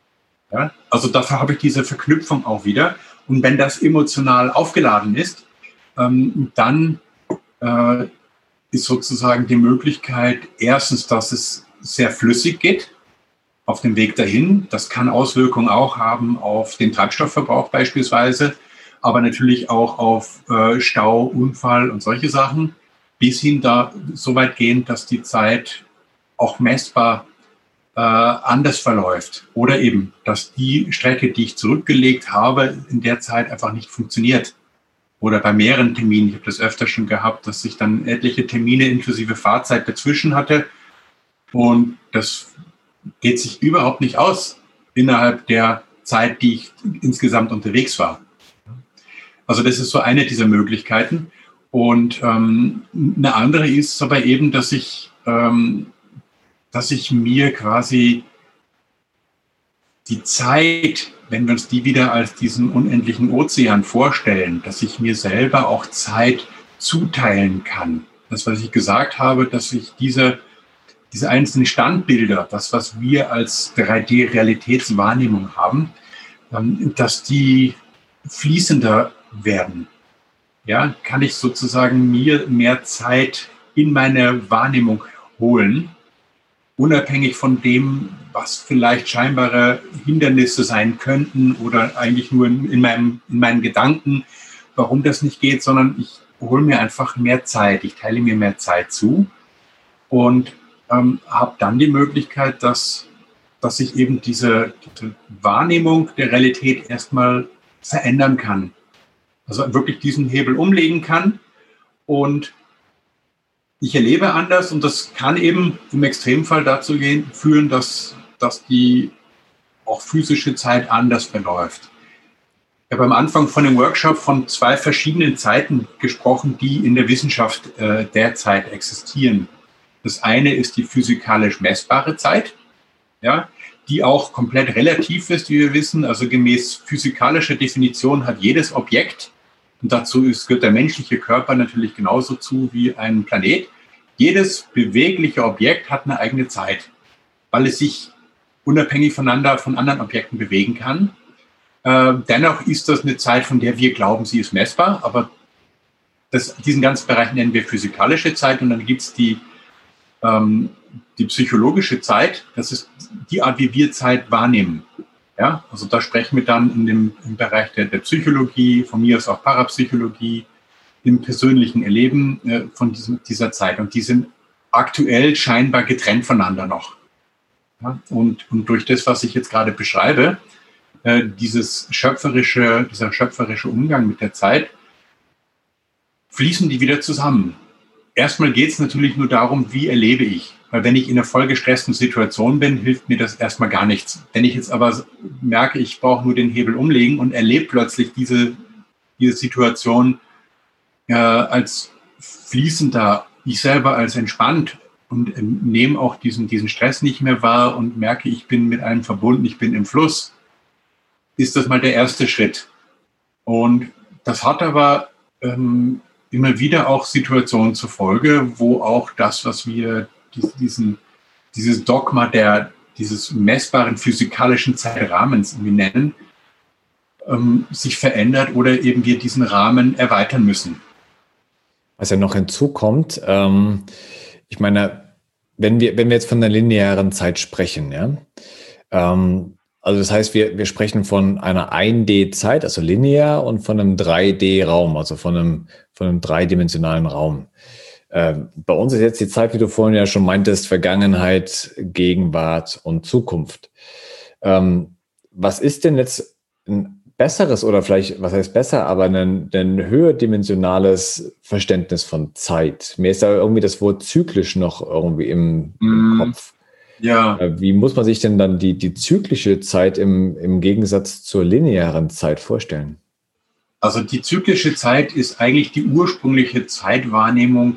Ja? Also dafür habe ich diese Verknüpfung auch wieder. Und wenn das emotional aufgeladen ist, dann ist sozusagen die Möglichkeit, erstens, dass es sehr flüssig geht auf dem Weg dahin. Das kann Auswirkungen auch haben auf den Treibstoffverbrauch beispielsweise, aber natürlich auch auf Stau, Unfall und solche Sachen, bis hin da so weit gehen, dass die Zeit auch messbar anders verläuft. Oder eben, dass die Strecke, die ich zurückgelegt habe, in der Zeit einfach nicht funktioniert. Oder bei mehreren Terminen, ich habe das öfter schon gehabt, dass ich dann etliche Termine inklusive Fahrzeit dazwischen hatte. Und das geht sich überhaupt nicht aus innerhalb der Zeit, die ich insgesamt unterwegs war. Also das ist so eine dieser Möglichkeiten. Und eine andere ist aber eben, dass ich mir quasi die Zeit, wenn wir uns die wieder als diesen unendlichen Ozean vorstellen, dass ich mir selber auch Zeit zuteilen kann. Das, was ich gesagt habe, dass ich diese einzelnen Standbilder, das, was wir als 3D-Realitätswahrnehmung haben, dass die fließender werden. Ja, kann ich sozusagen mir mehr Zeit in meine Wahrnehmung holen, unabhängig von dem, was vielleicht scheinbare Hindernisse sein könnten oder eigentlich nur in meinen Gedanken, warum das nicht geht, sondern ich hole mir einfach mehr Zeit, ich teile mir mehr Zeit zu und habe dann die Möglichkeit, dass ich eben diese Wahrnehmung der Realität erstmal verändern kann. Also wirklich diesen Hebel umlegen kann und ich erlebe anders und das kann eben im Extremfall dazu führen, dass die auch physische Zeit anders verläuft. Ich habe am Anfang von dem Workshop von 2 verschiedenen Zeiten gesprochen, die in der Wissenschaft derzeit existieren. Das eine ist die physikalisch messbare Zeit, ja, die auch komplett relativ ist, wie wir wissen. Also gemäß physikalischer Definition hat jedes Objekt, und dazu gehört der menschliche Körper natürlich genauso zu wie ein Planet. Jedes bewegliche Objekt hat eine eigene Zeit, weil es sich unabhängig voneinander von anderen Objekten bewegen kann. Dennoch ist das eine Zeit, von der wir glauben, sie ist messbar, aber diesen ganzen Bereich nennen wir physikalische Zeit und dann gibt es die psychologische Zeit, das ist die Art, wie wir Zeit wahrnehmen. Ja, also da sprechen wir dann im Bereich der Psychologie, von mir aus auch Parapsychologie, im persönlichen Erleben von dieser Zeit. Und die sind aktuell scheinbar getrennt voneinander noch. Ja, und durch das, was ich jetzt gerade beschreibe, dieser schöpferische Umgang mit der Zeit, fließen die wieder zusammen. Erstmal geht es natürlich nur darum, wie erlebe ich. Weil wenn ich in einer voll gestressten Situation bin, hilft mir das erstmal gar nichts. Wenn ich jetzt aber merke, ich brauche nur den Hebel umlegen und erlebe plötzlich diese Situation als fließender, ich selber als entspannt und nehme auch diesen Stress nicht mehr wahr und merke, ich bin mit allem verbunden, ich bin im Fluss, ist das mal der erste Schritt. Und das hat aber immer wieder auch Situationen zur Folge, wo auch das, was wir dieses Dogma dieses messbaren physikalischen Zeitrahmens nennen, sich verändert oder eben wir diesen Rahmen erweitern müssen. Was ja noch hinzukommt, ich meine, wenn wir jetzt von der linearen Zeit sprechen, ja, also das heißt, wir sprechen von einer 1D-Zeit, also linear, und von einem 3D-Raum, also von einem dreidimensionalen Raum. Bei uns ist jetzt die Zeit, wie du vorhin ja schon meintest, Vergangenheit, Gegenwart und Zukunft. Was ist denn jetzt ein besseres oder vielleicht, was heißt besser, aber ein höherdimensionales Verständnis von Zeit? Mir ist da irgendwie das Wort zyklisch noch irgendwie im Kopf. Ja. Wie muss man sich denn dann die zyklische Zeit im Gegensatz zur linearen Zeit vorstellen? Also die zyklische Zeit ist eigentlich die ursprüngliche Zeitwahrnehmung,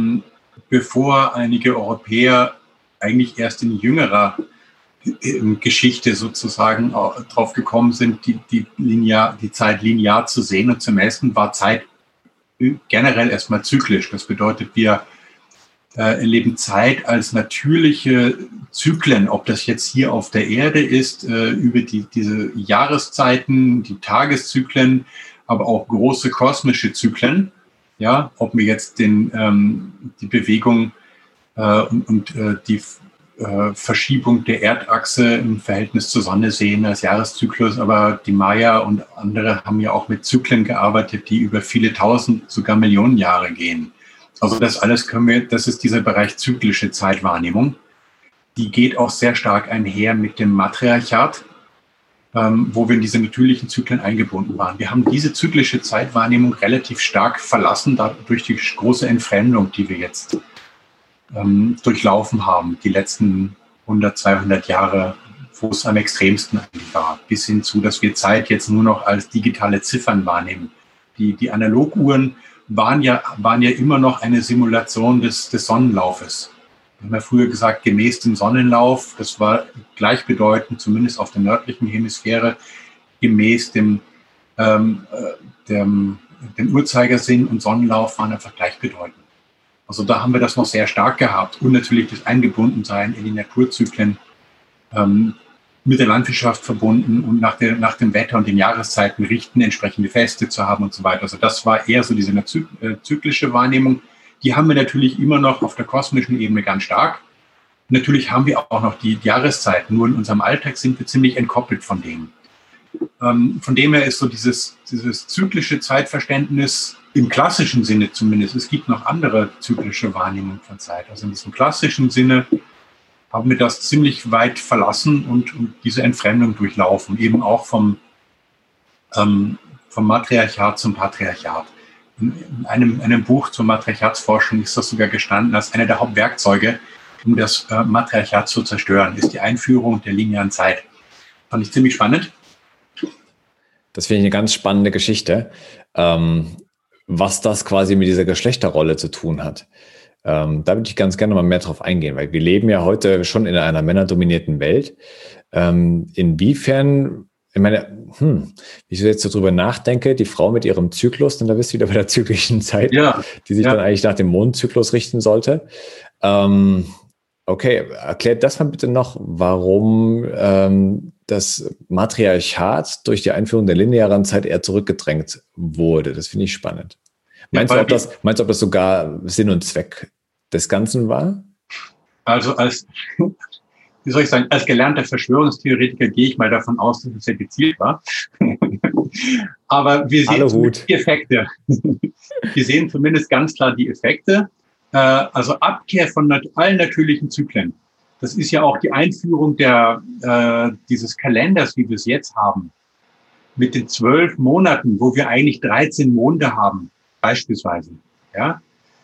bevor einige Europäer eigentlich erst in jüngerer Geschichte sozusagen drauf gekommen sind, die Zeit linear zu sehen und zu messen, war Zeit generell erstmal zyklisch. Das bedeutet, wir erleben Zeit als natürliche Zyklen, ob das jetzt hier auf der Erde ist, über diese Jahreszeiten, die Tageszyklen, aber auch große kosmische Zyklen. Ja, ob wir jetzt die Bewegung die Verschiebung der Erdachse im Verhältnis zur Sonne sehen als Jahreszyklus, aber die Maya und andere haben ja auch mit Zyklen gearbeitet, die über viele tausend, sogar Millionen Jahre gehen. Also das alles das ist dieser Bereich zyklische Zeitwahrnehmung. Die geht auch sehr stark einher mit dem Matriarchat, wo wir in diese natürlichen Zyklen eingebunden waren. Wir haben diese zyklische Zeitwahrnehmung relativ stark verlassen, durch die große Entfremdung, die wir jetzt durchlaufen haben, die letzten 100, 200 Jahre, wo es am extremsten eigentlich war, bis hin zu, dass wir Zeit jetzt nur noch als digitale Ziffern wahrnehmen. Die Analoguhren waren ja immer noch eine Simulation des Sonnenlaufes. Wir haben ja früher gesagt, gemäß dem Sonnenlauf, das war gleichbedeutend, zumindest auf der nördlichen Hemisphäre, gemäß dem Uhrzeigersinn und Sonnenlauf waren einfach gleichbedeutend. Also da haben wir das noch sehr stark gehabt und natürlich das Eingebundensein in die Naturzyklen mit der Landwirtschaft verbunden und nach dem Wetter und den Jahreszeiten richten, entsprechende Feste zu haben und so weiter. Also das war eher so diese zyklische Wahrnehmung. Die haben wir natürlich immer noch auf der kosmischen Ebene ganz stark. Natürlich haben wir auch noch die Jahreszeiten, nur in unserem Alltag sind wir ziemlich entkoppelt von denen. Von dem her ist so dieses zyklische Zeitverständnis im klassischen Sinne zumindest, es gibt noch andere zyklische Wahrnehmungen von Zeit. Also in diesem klassischen Sinne haben wir das ziemlich weit verlassen und diese Entfremdung durchlaufen, eben auch vom Matriarchat zum Patriarchat. In einem Buch zur Matriarchatsforschung ist das sogar gestanden als einer der Hauptwerkzeuge, um das Matriarchat zu zerstören, ist die Einführung der linearen Zeit. Fand ich ziemlich spannend. Das finde ich eine ganz spannende Geschichte, was das quasi mit dieser Geschlechterrolle zu tun hat. Da würde ich ganz gerne mal mehr drauf eingehen, weil wir leben ja heute schon in einer männerdominierten Welt. Inwiefern, ich meine, wie ich jetzt so drüber nachdenke, die Frau mit ihrem Zyklus, dann da bist du wieder bei der zyklischen Zeit, die sich dann eigentlich nach dem Mondzyklus richten sollte. Okay, erklärt das mal bitte noch, warum das Matriarchat durch die Einführung der linearen Zeit eher zurückgedrängt wurde. Das finde ich spannend. Meinst du, ob das sogar Sinn und Zweck des Ganzen war? Also als gelernter Verschwörungstheoretiker gehe ich mal davon aus, dass es sehr gezielt war. Aber wir sehen die Effekte. Wir sehen zumindest ganz klar die Effekte. Also Abkehr von allen natürlichen Zyklen. Das ist ja auch die Einführung dieses Kalenders, wie wir es jetzt haben, mit den 12 Monaten, wo wir eigentlich 13 Monde haben, beispielsweise. Ja?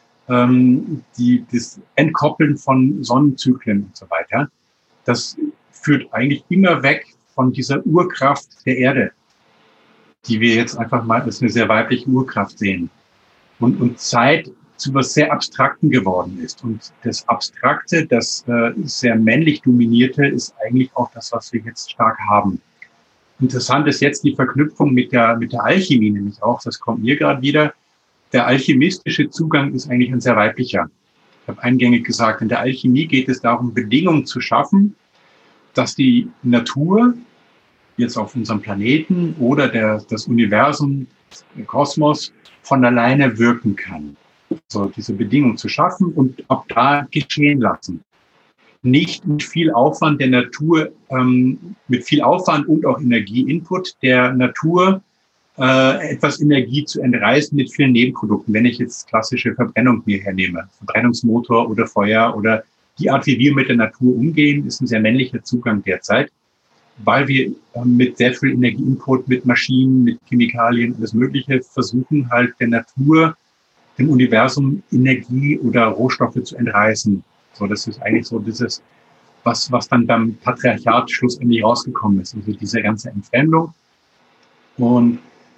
Das Entkoppeln von Sonnenzyklen und so weiter, das führt eigentlich immer weg von dieser Urkraft der Erde, die wir jetzt einfach mal als eine sehr weibliche Urkraft sehen. Und Zeit zu was sehr Abstrakten geworden ist. Und das Abstrakte, das sehr männlich dominierte, ist eigentlich auch das, was wir jetzt stark haben. Interessant ist jetzt die Verknüpfung mit der Alchemie nämlich auch, das kommt mir gerade wieder. Der alchemistische Zugang ist eigentlich ein sehr weiblicher. Ich habe eingängig gesagt, in der Alchemie geht es darum, Bedingungen zu schaffen, dass die Natur jetzt auf unserem Planeten oder das Universum, der Kosmos von alleine wirken kann. So diese Bedingungen zu schaffen und ab da geschehen lassen. Nicht mit viel Aufwand der Natur, mit viel Aufwand und auch Energieinput der Natur etwas Energie zu entreißen mit vielen Nebenprodukten. Wenn ich jetzt klassische Verbrennung mir hernehme, Verbrennungsmotor oder Feuer oder die Art, wie wir mit der Natur umgehen, ist ein sehr männlicher Zugang derzeit, weil wir mit sehr viel Energieinput, mit Maschinen, mit Chemikalien, alles Mögliche versuchen halt der Natur, dem Universum Energie oder Rohstoffe zu entreißen. So, das ist eigentlich so dieses, was dann beim Patriarchat schlussendlich rausgekommen ist. Also diese ganze Entfremdung. Und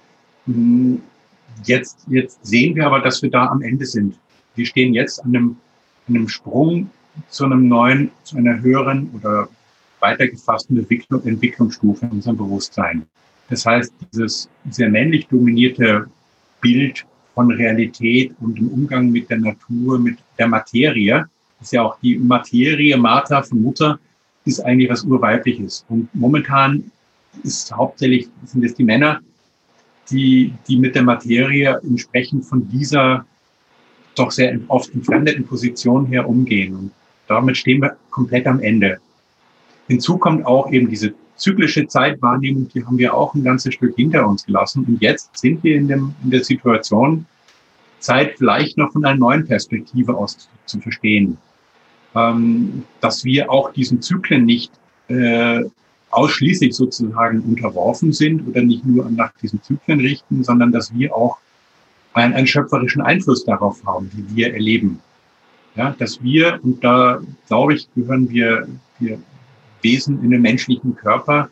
jetzt sehen wir aber, dass wir da am Ende sind. Wir stehen jetzt an einem Sprung zu einer höheren oder weitergefassten Entwicklungsstufe in unserem Bewusstsein. Das heißt, dieses sehr männlich dominierte Bild von Realität und im Umgang mit der Natur, mit der Materie, ist ja auch die Materie, Mater von Mutter, ist eigentlich was Urweibliches. Und momentan sind es die Männer, die mit der Materie entsprechend von dieser doch sehr oft entfremdeten Position her umgehen. Und damit stehen wir komplett am Ende. Hinzu kommt auch eben diese zyklische Zeitwahrnehmung, die haben wir auch ein ganzes Stück hinter uns gelassen. Und jetzt sind wir in der Situation, Zeit vielleicht noch von einer neuen Perspektive aus zu verstehen. Dass wir auch diesen Zyklen nicht ausschließlich sozusagen unterworfen sind oder nicht nur nach diesen Zyklen richten, sondern dass wir auch einen schöpferischen Einfluss darauf haben, wie wir erleben. Ja, dass wir, und da glaube ich, gehören wir Wesen in dem menschlichen Körper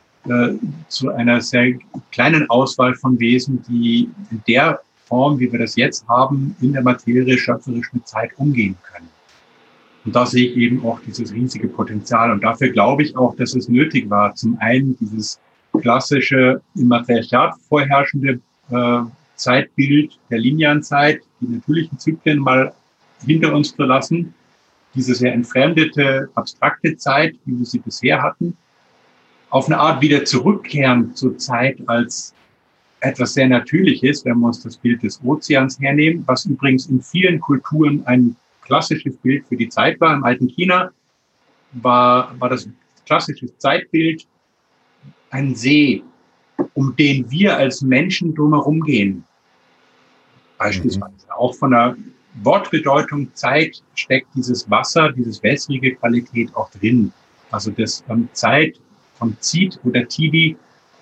zu einer sehr kleinen Auswahl von Wesen, die in der Form, wie wir das jetzt haben, in der Materie schöpferisch mit Zeit umgehen können. Und da sehe ich eben auch dieses riesige Potenzial. Und dafür glaube ich auch, dass es nötig war, zum einen dieses klassische im Matriarchat vorherrschende Zeitbild der Linearzeit, die natürlichen Zyklen mal hinter uns zu lassen, diese sehr entfremdete, abstrakte Zeit, wie wir sie bisher hatten, auf eine Art wieder zurückkehren zur Zeit als etwas sehr Natürliches, wenn wir uns das Bild des Ozeans hernehmen, was übrigens in vielen Kulturen ein klassisches Bild für die Zeit war. Im alten China war das klassische Zeitbild ein See, um den wir als Menschen drumherum gehen. Beispielsweise auch von der Wortbedeutung Zeit steckt dieses Wasser, dieses wässrige Qualität auch drin. Also das Zeit von Zit oder Tidi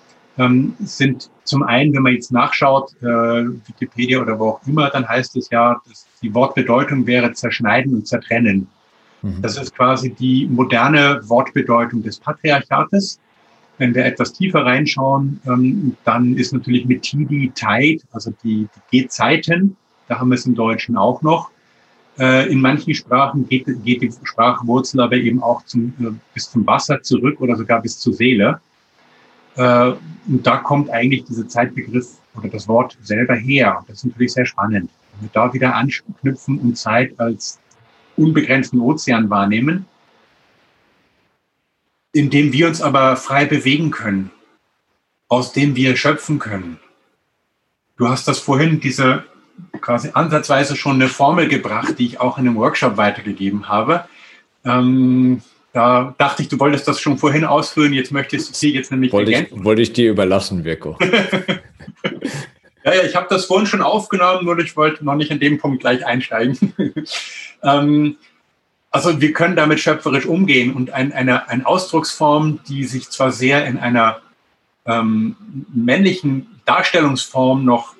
sind zum einen, wenn man jetzt nachschaut, Wikipedia oder wo auch immer, dann heißt es ja, dass die Wortbedeutung wäre zerschneiden und zertrennen. Das ist quasi die moderne Wortbedeutung des Patriarchates. Wenn wir etwas tiefer reinschauen, dann ist natürlich mit Tidi Zeit, also die Gezeiten, da haben wir es im Deutschen auch noch. In manchen Sprachen geht die Sprachwurzel aber eben auch bis zum Wasser zurück oder sogar bis zur Seele. Und da kommt eigentlich dieser Zeitbegriff oder das Wort selber her. Das ist natürlich sehr spannend. Wenn wir da wieder anknüpfen und Zeit als unbegrenzten Ozean wahrnehmen, in dem wir uns aber frei bewegen können, aus dem wir schöpfen können. Du hast das vorhin, diese quasi ansatzweise schon eine Formel gebracht, die ich auch in einem Workshop weitergegeben habe. Da dachte ich, du wolltest das schon vorhin ausführen, jetzt möchtest du sie jetzt nämlich ergänzen. Wollte ich dir überlassen, Virko. Ja, ich habe das vorhin schon aufgenommen, nur ich wollte noch nicht an dem Punkt gleich einsteigen. Also wir können damit schöpferisch umgehen und eine Ausdrucksform, die sich zwar sehr in einer männlichen Darstellungsform noch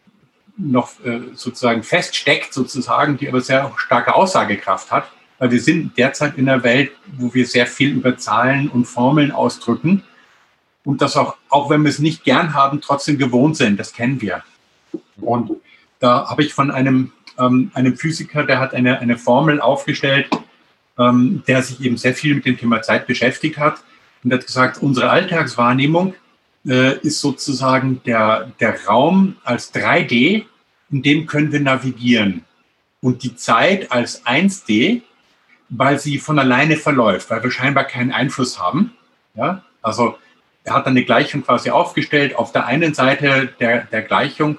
sozusagen feststeckt, sozusagen, die aber sehr starke Aussagekraft hat, weil wir sind derzeit in einer Welt, wo wir sehr viel über Zahlen und Formeln ausdrücken und das auch wenn wir es nicht gern haben, trotzdem gewohnt sind, das kennen wir. Und da habe ich von einem Physiker, der hat eine Formel aufgestellt, der sich eben sehr viel mit dem Thema Zeit beschäftigt hat und hat gesagt, unsere Alltagswahrnehmung ist sozusagen der Raum als 3D, in dem können wir navigieren. Und die Zeit als 1D, weil sie von alleine verläuft, weil wir scheinbar keinen Einfluss haben. Ja? Also er hat dann eine Gleichung quasi aufgestellt. Auf der einen Seite der Gleichung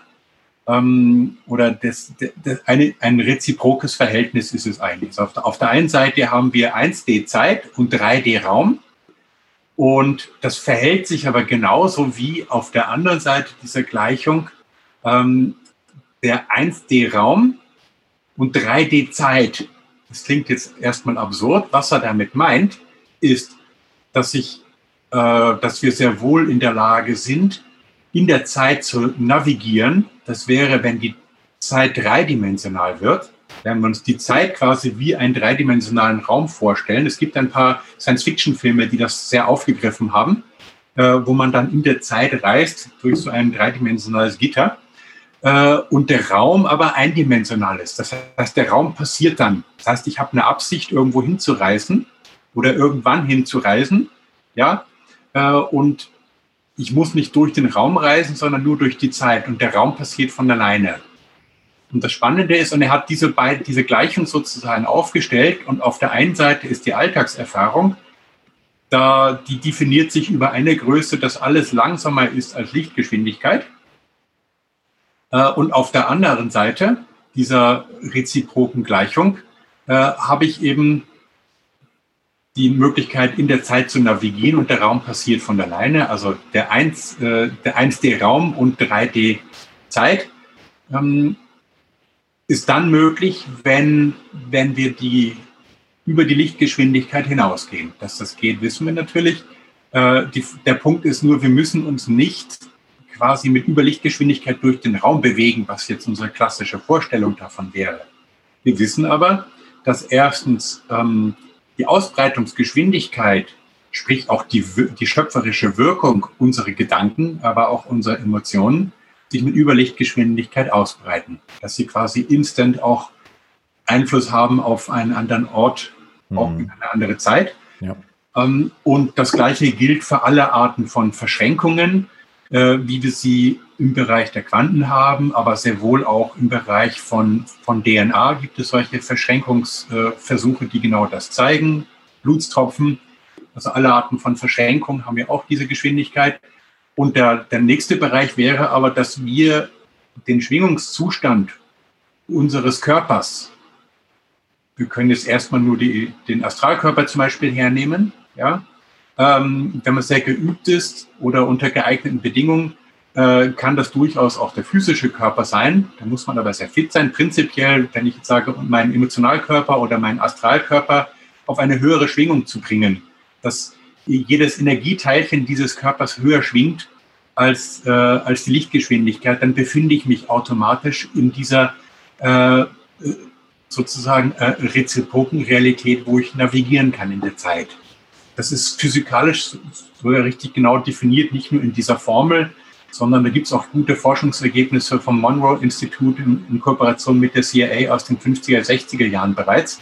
oder ein reziprokes Verhältnis ist es eigentlich. Also auf der einen Seite haben wir 1D Zeit und 3D Raum. Und das verhält sich aber genauso wie auf der anderen Seite dieser Gleichung der 1D-Raum und 3D-Zeit. Das klingt jetzt erstmal absurd. Was er damit meint, ist, dass wir sehr wohl in der Lage sind, in der Zeit zu navigieren. Das wäre, wenn die Zeit dreidimensional wird. Wenn wir uns die Zeit quasi wie einen dreidimensionalen Raum vorstellen. Es gibt ein paar Science-Fiction-Filme, die das sehr aufgegriffen haben, wo man dann in der Zeit reist durch so ein dreidimensionales Gitter und der Raum aber eindimensional ist. Das heißt, der Raum passiert dann. Das heißt, ich habe eine Absicht, irgendwo hinzureisen oder irgendwann hinzureisen, ja, und ich muss nicht durch den Raum reisen, sondern nur durch die Zeit und der Raum passiert von alleine. Und das Spannende ist, und er hat diese Gleichung sozusagen aufgestellt und auf der einen Seite ist die Alltagserfahrung, die definiert sich über eine Größe, dass alles langsamer ist als Lichtgeschwindigkeit. Und auf der anderen Seite dieser reziproken Gleichung habe ich eben die Möglichkeit, in der Zeit zu navigieren und der Raum passiert von alleine. Also der 1D-Raum und 3D-Zeit ist dann möglich, wenn wir über die Lichtgeschwindigkeit hinausgehen. Dass das geht, wissen wir natürlich. Der Punkt ist nur, wir müssen uns nicht quasi mit Überlichtgeschwindigkeit durch den Raum bewegen, was jetzt unsere klassische Vorstellung davon wäre. Wir wissen aber, dass erstens die Ausbreitungsgeschwindigkeit, sprich auch die schöpferische Wirkung unserer Gedanken, aber auch unserer Emotionen, sich mit Überlichtgeschwindigkeit ausbreiten. Dass sie quasi instant auch Einfluss haben auf einen anderen Ort, auch in eine andere Zeit. Ja. Und das Gleiche gilt für alle Arten von Verschränkungen, wie wir sie im Bereich der Quanten haben, aber sehr wohl auch im Bereich von DNA gibt es solche Verschränkungsversuche, die genau das zeigen. Blutstropfen, also alle Arten von Verschränkung haben ja auch diese Geschwindigkeit. Und der nächste Bereich wäre aber, dass wir den Schwingungszustand unseres Körpers, wir können jetzt erstmal nur den Astralkörper zum Beispiel hernehmen, ja. Wenn man sehr geübt ist oder unter geeigneten Bedingungen, kann das durchaus auch der physische Körper sein. Da muss man aber sehr fit sein. Prinzipiell, wenn ich jetzt sage, meinen Emotionalkörper oder meinen Astralkörper auf eine höhere Schwingung zu bringen, dass jedes Energieteilchen dieses Körpers höher schwingt als die Lichtgeschwindigkeit, dann befinde ich mich automatisch in dieser sozusagen reziproken Realität, wo ich navigieren kann in der Zeit. Das ist physikalisch sogar richtig genau definiert, nicht nur in dieser Formel, sondern da gibt es auch gute Forschungsergebnisse vom Monroe-Institut in Kooperation mit der CIA aus den 50er, 60er Jahren bereits,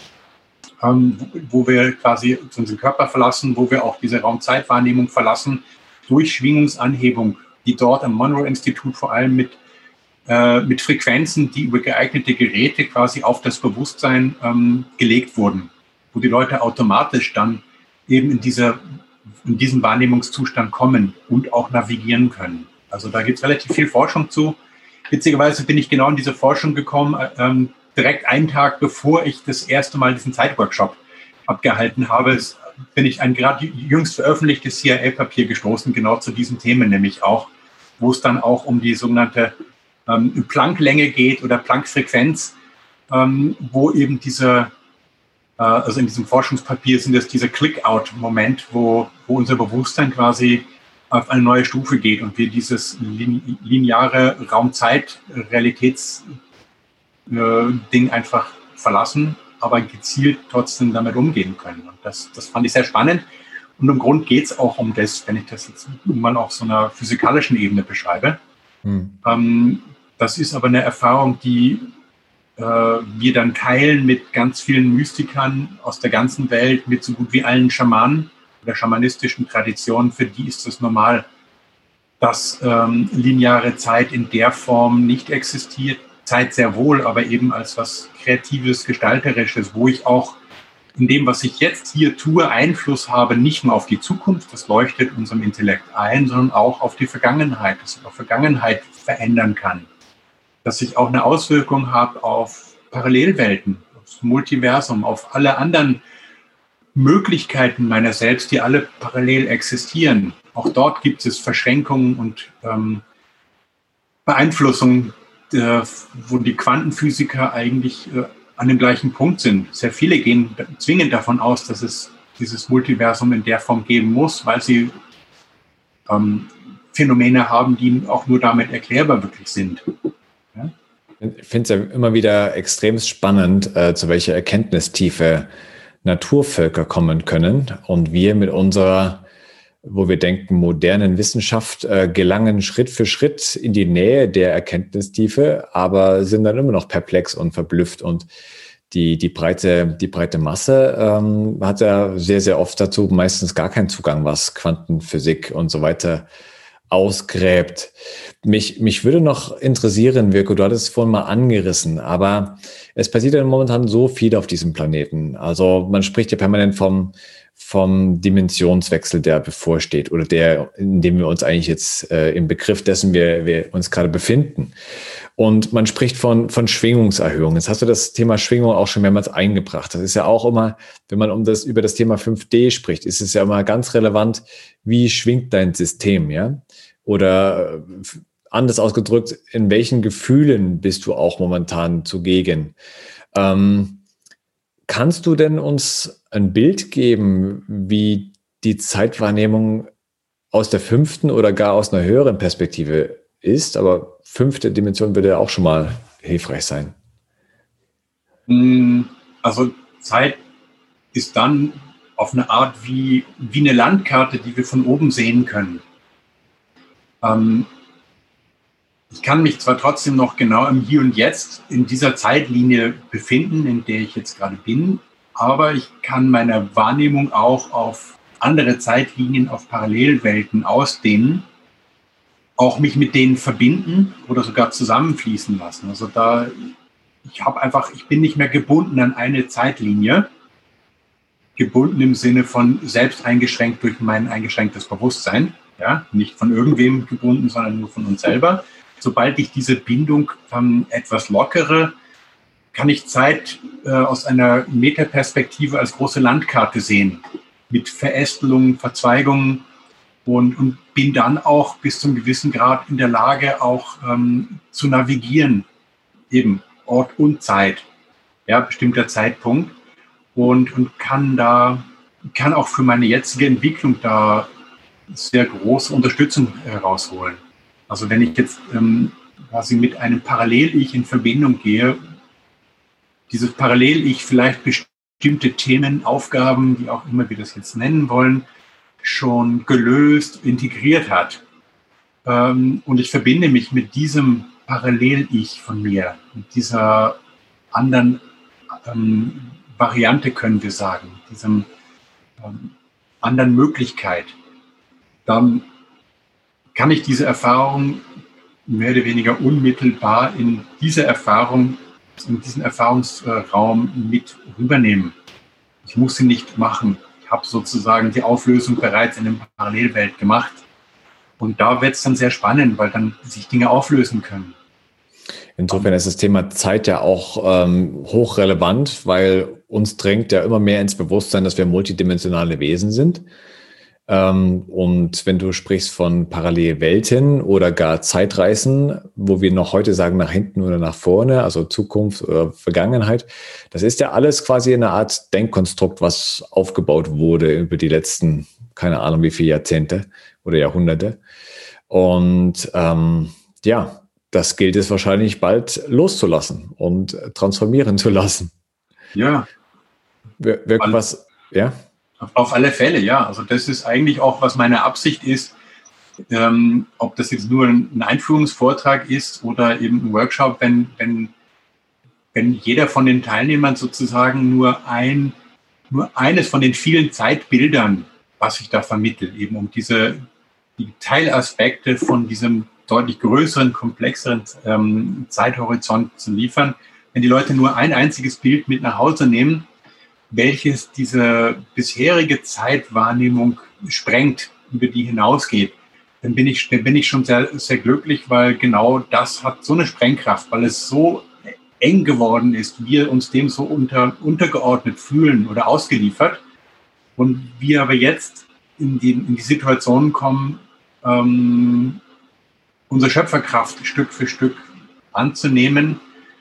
wo wir quasi unseren Körper verlassen, wo wir auch diese Raum-Zeit-Wahrnehmung verlassen, durch Schwingungsanhebung, die dort am Monroe-Institut vor allem mit Frequenzen, die über geeignete Geräte quasi auf das Bewusstsein gelegt wurden, wo die Leute automatisch dann eben in diesen Wahrnehmungszustand kommen und auch navigieren können. Also da gibt es relativ viel Forschung zu. Witzigerweise bin ich genau in diese Forschung gekommen, direkt einen Tag bevor ich das erste Mal diesen Zeitworkshop abgehalten habe, bin ich ein gerade jüngst veröffentlichtes CIA-Papier gestoßen, genau zu diesen Themen nämlich auch, wo es dann auch um die sogenannte Plancklänge geht oder Planck-Frequenz, wo eben also in diesem Forschungspapier sind es dieser Click-Out-Moment, wo unser Bewusstsein quasi auf eine neue Stufe geht und wir dieses lineare Raum-Zeit-Realitäts-Ding einfach verlassen, aber gezielt trotzdem damit umgehen können. Und das fand ich sehr spannend. Und im Grund geht es auch um das, wenn ich das jetzt mal auf so einer physikalischen Ebene beschreibe. Das ist aber eine Erfahrung, die wir dann teilen mit ganz vielen Mystikern aus der ganzen Welt, mit so gut wie allen Schamanen oder schamanistischen Traditionen. Für die ist es normal, dass lineare Zeit in der Form nicht existiert. Zeit sehr wohl, aber eben als was Kreatives, Gestalterisches, wo ich auch in dem, was ich jetzt hier tue, Einfluss habe, nicht nur auf die Zukunft, das leuchtet unserem Intellekt ein, sondern auch auf die Vergangenheit, dass ich auch Vergangenheit verändern kann. Dass ich auch eine Auswirkung habe auf Parallelwelten, aufs Multiversum, auf alle anderen Möglichkeiten meiner selbst, die alle parallel existieren. Auch dort gibt es Verschränkungen und Beeinflussungen, wo die Quantenphysiker eigentlich an dem gleichen Punkt sind. Sehr viele gehen zwingend davon aus, dass es dieses Multiversum in der Form geben muss, weil sie Phänomene haben, die auch nur damit erklärbar wirklich sind. Ja? Ich finde es ja immer wieder extrem spannend, zu welcher Erkenntnistiefe Naturvölker kommen können und wir mit unserer, wo wir denken, modernen Wissenschaft gelangen Schritt für Schritt in die Nähe der Erkenntnistiefe, aber sind dann immer noch perplex und verblüfft. Und die breite Masse hat ja sehr, sehr oft dazu meistens gar keinen Zugang, was Quantenphysik und so weiter ausgräbt. Mich würde noch interessieren, Virko, du hattest es vorhin mal angerissen, aber es passiert ja momentan so viel auf diesem Planeten. Also man spricht ja permanent vom vom Dimensionswechsel, der bevorsteht oder der, in dem wir uns eigentlich jetzt im Begriff dessen wir uns gerade befinden. Und man spricht von Schwingungserhöhung. Jetzt hast du das Thema Schwingung auch schon mehrmals eingebracht. Das ist ja auch immer, wenn man über das Thema 5D spricht, ist es ja immer ganz relevant, wie schwingt dein System, ja? Oder anders ausgedrückt, in welchen Gefühlen bist du auch momentan zugegen? Kannst du denn uns ein Bild geben, wie die Zeitwahrnehmung aus der 5. oder gar aus einer höheren Perspektive ist? Aber 5. Dimension würde ja auch schon mal hilfreich sein. Also Zeit ist dann auf eine Art wie eine Landkarte, die wir von oben sehen können. Ich kann mich zwar trotzdem noch genau im Hier und Jetzt in dieser Zeitlinie befinden, in der ich jetzt gerade bin, aber ich kann meine Wahrnehmung auch auf andere Zeitlinien, auf Parallelwelten ausdehnen, auch mich mit denen verbinden oder sogar zusammenfließen lassen. Also ich bin nicht mehr gebunden an eine Zeitlinie, gebunden im Sinne von selbst eingeschränkt durch mein eingeschränktes Bewusstsein, ja, nicht von irgendwem gebunden, sondern nur von uns selber. Sobald ich diese Bindung etwas lockere, kann ich Zeit aus einer Metaperspektive als große Landkarte sehen, mit Verästelungen, Verzweigungen und bin dann auch bis zum gewissen Grad in der Lage, auch zu navigieren, eben Ort und Zeit, ja, bestimmter Zeitpunkt und kann auch für meine jetzige Entwicklung da sehr große Unterstützung herausholen. Also wenn ich jetzt quasi mit einem Parallel-Ich in Verbindung gehe, dieses Parallel-Ich vielleicht bestimmte Themen, Aufgaben, wie auch immer wir das jetzt nennen wollen, schon gelöst, integriert hat. Und ich verbinde mich mit diesem Parallel-Ich von mir, mit dieser anderen Variante, können wir sagen, diesem anderen Möglichkeit. Dann kann ich diese Erfahrung mehr oder weniger unmittelbar in diesen Erfahrungsraum mit rübernehmen. Ich muss sie nicht machen. Ich habe sozusagen die Auflösung bereits in der Parallelwelt gemacht. Und da wird es dann sehr spannend, weil dann sich Dinge auflösen können. Insofern ist das Thema Zeit ja auch hochrelevant, weil uns drängt ja immer mehr ins Bewusstsein, dass wir multidimensionale Wesen sind. Und wenn du sprichst von Parallelwelten oder gar Zeitreisen, wo wir noch heute sagen, nach hinten oder nach vorne, also Zukunft oder Vergangenheit, das ist ja alles quasi eine Art Denkkonstrukt, was aufgebaut wurde über die letzten, keine Ahnung wie viele Jahrzehnte oder Jahrhunderte. Und ja, das gilt es wahrscheinlich bald loszulassen und transformieren zu lassen. Ja. Irgendwas, ja? Auf alle Fälle, ja. Also das ist eigentlich auch, was meine Absicht ist, ob das jetzt nur ein Einführungsvortrag ist oder eben ein Workshop, wenn jeder von den Teilnehmern sozusagen nur eines von den vielen Zeitbildern, was ich da vermittle, eben um die Teilaspekte von diesem deutlich größeren, komplexeren Zeithorizont zu liefern, wenn die Leute nur ein einziges Bild mit nach Hause nehmen, welches diese bisherige Zeitwahrnehmung sprengt, über die hinausgeht, dann bin ich schon sehr, sehr glücklich, weil genau das hat so eine Sprengkraft, weil es so eng geworden ist, wir uns dem so untergeordnet fühlen oder ausgeliefert und wir aber jetzt in die Situation kommen, unsere Schöpferkraft Stück für Stück anzunehmen,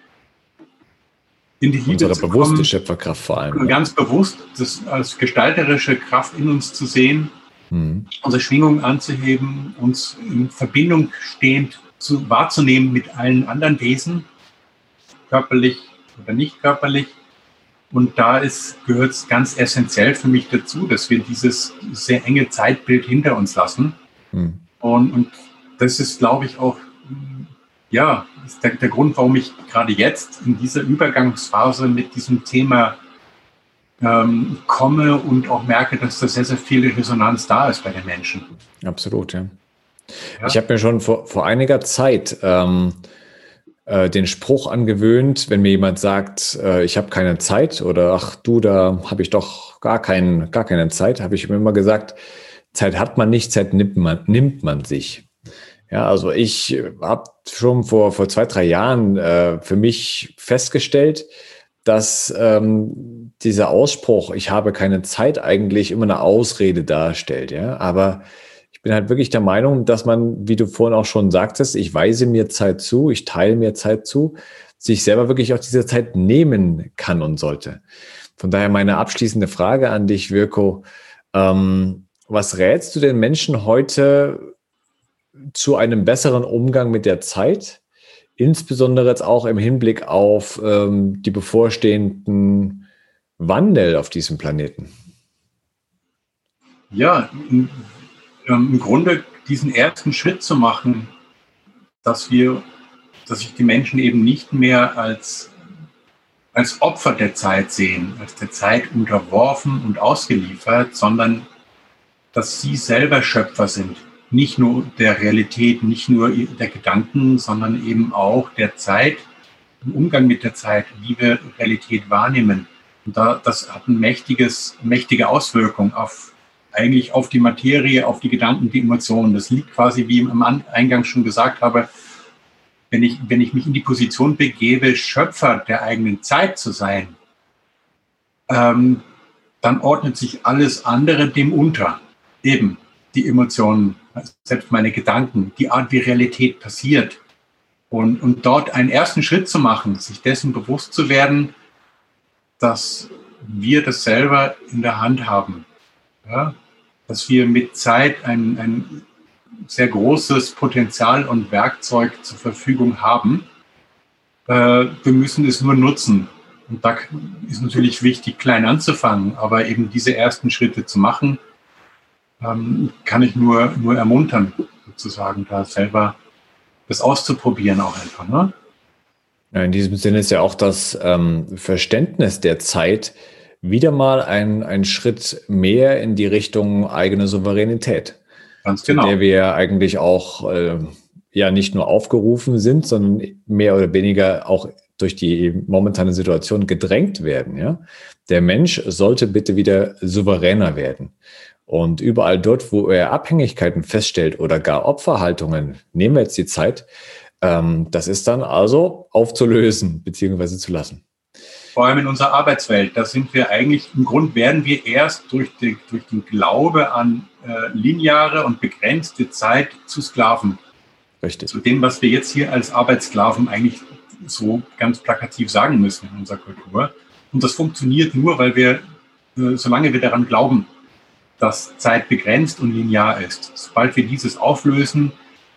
in die Liebe unsere zu bewusste kommen, Schöpferkraft vor allem. ganz bewusst das als gestalterische Kraft in uns zu sehen, unsere Schwingung anzuheben, uns in Verbindung stehend wahrzunehmen mit allen anderen Wesen, körperlich oder nicht körperlich. Und da gehört es ganz essentiell für mich dazu, dass wir dieses sehr enge Zeitbild hinter uns lassen. Und das ist, glaube ich, auch ist der Grund, warum ich gerade jetzt in dieser Übergangsphase mit diesem Thema komme und auch merke, dass da sehr, sehr viel Resonanz da ist bei den Menschen. Absolut, ja. Ich habe mir schon vor einiger Zeit den Spruch angewöhnt, wenn mir jemand sagt, ich habe keine Zeit oder ach du, da habe ich doch gar keine Zeit, habe ich mir immer gesagt, Zeit hat man nicht, Zeit nimmt man sich. Ja, also ich habe schon vor 2, 3 Jahren für mich festgestellt, dass dieser Ausspruch, ich habe keine Zeit, eigentlich immer eine Ausrede darstellt. Ja, aber ich bin halt wirklich der Meinung, dass man, wie du vorhin auch schon sagtest, ich weise mir Zeit zu, ich teile mir Zeit zu, sich selber wirklich auch diese Zeit nehmen kann und sollte. Von daher meine abschließende Frage an dich, Wirko. Was rätst du den Menschen heute zu einem besseren Umgang mit der Zeit? Insbesondere jetzt auch im Hinblick auf die bevorstehenden Wandel auf diesem Planeten. Ja, im Grunde diesen ersten Schritt zu machen, dass sich die Menschen eben nicht mehr als Opfer der Zeit sehen, als der Zeit unterworfen und ausgeliefert, sondern dass sie selber Schöpfer sind. Nicht nur der Realität, nicht nur der Gedanken, sondern eben auch der Zeit, im Umgang mit der Zeit, wie wir Realität wahrnehmen. Und das hat eine mächtige Auswirkung eigentlich auf die Materie, auf die Gedanken, die Emotionen. Das liegt quasi, wie ich am Eingang schon gesagt habe, wenn ich mich in die Position begebe, Schöpfer der eigenen Zeit zu sein, dann ordnet sich alles andere dem unter. Eben die Emotionen, selbst meine Gedanken, die Art, wie Realität passiert. Und dort einen ersten Schritt zu machen, sich dessen bewusst zu werden, dass wir das selber in der Hand haben. Ja? Dass wir mit Zeit ein sehr großes Potenzial und Werkzeug zur Verfügung haben. Wir müssen es nur nutzen. Und da ist natürlich wichtig, klein anzufangen, aber eben diese ersten Schritte zu machen, kann ich nur ermuntern, sozusagen, da selber das auszuprobieren auch einfach. Ne? Ja, in diesem Sinne ist ja auch das Verständnis der Zeit wieder mal ein Schritt mehr in die Richtung eigene Souveränität. Ganz genau. Zu der wir eigentlich auch ja nicht nur aufgerufen sind, sondern mehr oder weniger auch durch die momentane Situation gedrängt werden. Ja? Der Mensch sollte bitte wieder souveräner werden. Und überall dort, wo er Abhängigkeiten feststellt oder gar Opferhaltungen, nehmen wir jetzt die Zeit, das ist dann also aufzulösen bzw. zu lassen. Vor allem in unserer Arbeitswelt, da sind wir eigentlich, im Grunde werden wir erst durch den Glaube an lineare und begrenzte Zeit zu Sklaven. Richtig. Zu dem, was wir jetzt hier als Arbeitssklaven eigentlich so ganz plakativ sagen müssen in unserer Kultur. Und das funktioniert nur, weil wir, solange wir daran glauben, dass Zeit begrenzt und linear ist. Sobald wir dieses auflösen,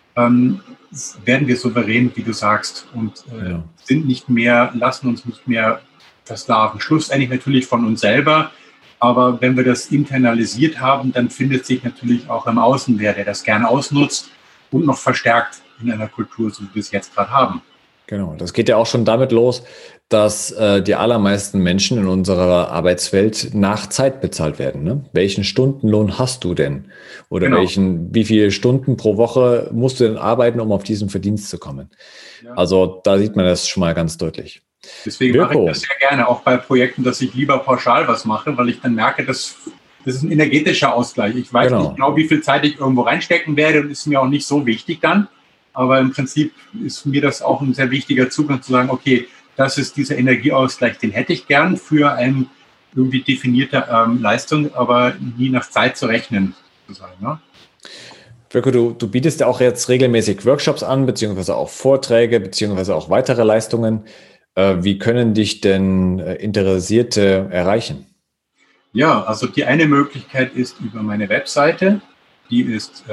werden wir souverän, wie du sagst, und sind nicht mehr, lassen uns nicht mehr versklaven. Schlussendlich natürlich von uns selber, aber wenn wir das internalisiert haben, dann findet sich natürlich auch im Außen wer, der das gerne ausnutzt und noch verstärkt in einer Kultur, so wie wir es jetzt gerade haben. Genau, das geht ja auch schon damit los, dass die allermeisten Menschen in unserer Arbeitswelt nach Zeit bezahlt werden. Ne? Welchen Stundenlohn hast du denn? Oder Genau. wie viele Stunden pro Woche musst du denn arbeiten, um auf diesen Verdienst zu kommen? Ja. Also da sieht man das schon mal ganz deutlich. Deswegen mache ich das sehr gerne, auch bei Projekten, dass ich lieber pauschal was mache, weil ich dann merke, das ist ein energetischer Ausgleich. Ich weiß nicht genau, wie viel Zeit ich irgendwo reinstecken werde und ist mir auch nicht so wichtig dann. Aber im Prinzip ist mir das auch ein sehr wichtiger Zugang zu sagen, okay, das ist dieser Energieausgleich, den hätte ich gern für eine irgendwie definierte Leistung, aber nie nach Zeit zu rechnen. Sozusagen, ne? Wirko, du bietest ja auch jetzt regelmäßig Workshops an, beziehungsweise auch Vorträge, beziehungsweise auch weitere Leistungen. Wie können dich denn Interessierte erreichen? Ja, also die eine Möglichkeit ist über meine Webseite. Die ist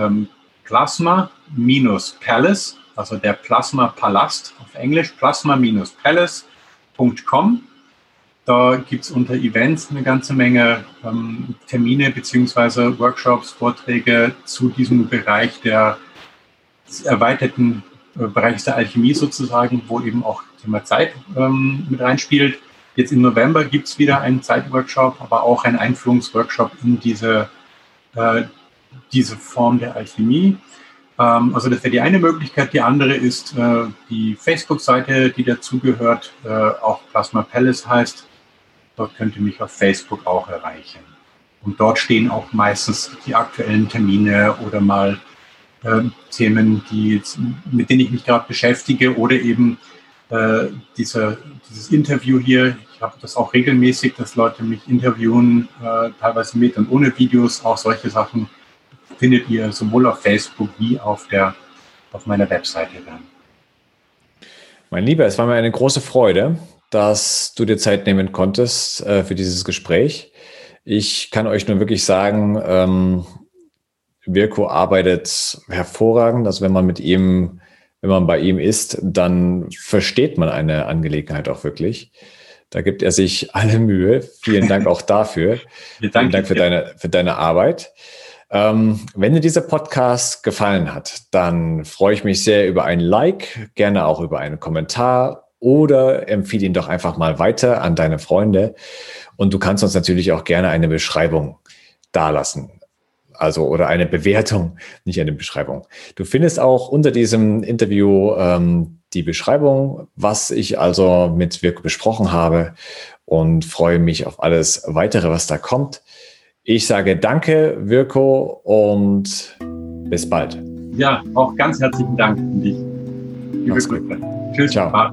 Plasma-Palace, also der Plasma-Palast auf Englisch, plasma-palace.com. Da gibt es unter Events eine ganze Menge Termine bzw. Workshops, Vorträge zu diesem Bereich des erweiterten Bereichs der Alchemie sozusagen, wo eben auch Thema Zeit mit reinspielt. Jetzt im November gibt es wieder einen Zeitworkshop, aber auch einen Einführungsworkshop in diese Form der Alchemie. Also das wäre die eine Möglichkeit. Die andere ist die Facebook-Seite, die dazugehört, auch Plasma Palace heißt. Dort könnt ihr mich auf Facebook auch erreichen. Und dort stehen auch meistens die aktuellen Termine oder mal Themen, mit denen ich mich gerade beschäftige, oder eben dieses Interview hier. Ich habe das auch regelmäßig, dass Leute mich interviewen, teilweise mit und ohne Videos. Auch solche Sachen findet ihr sowohl auf Facebook wie auf meiner Webseite dann. Mein Lieber, es war mir eine große Freude, dass du dir Zeit nehmen konntest für dieses Gespräch. Ich kann euch nur wirklich sagen, Virko arbeitet hervorragend. Also wenn man bei ihm ist, dann versteht man eine Angelegenheit auch wirklich. Da gibt er sich alle Mühe. Vielen Dank auch dafür. Vielen Dank für deine Arbeit. Wenn dir dieser Podcast gefallen hat, dann freue ich mich sehr über ein Like, gerne auch über einen Kommentar oder empfehle ihn doch einfach mal weiter an deine Freunde. Und du kannst uns natürlich auch gerne eine Beschreibung dalassen. Also, oder eine Bewertung, nicht eine Beschreibung. Du findest auch unter diesem Interview die Beschreibung, was ich also mit Virko besprochen habe, und freue mich auf alles weitere, was da kommt. Ich sage danke, Virko, und bis bald. Ja, auch ganz herzlichen Dank an dich. Liebe Grüße. Tschüss. Ciao.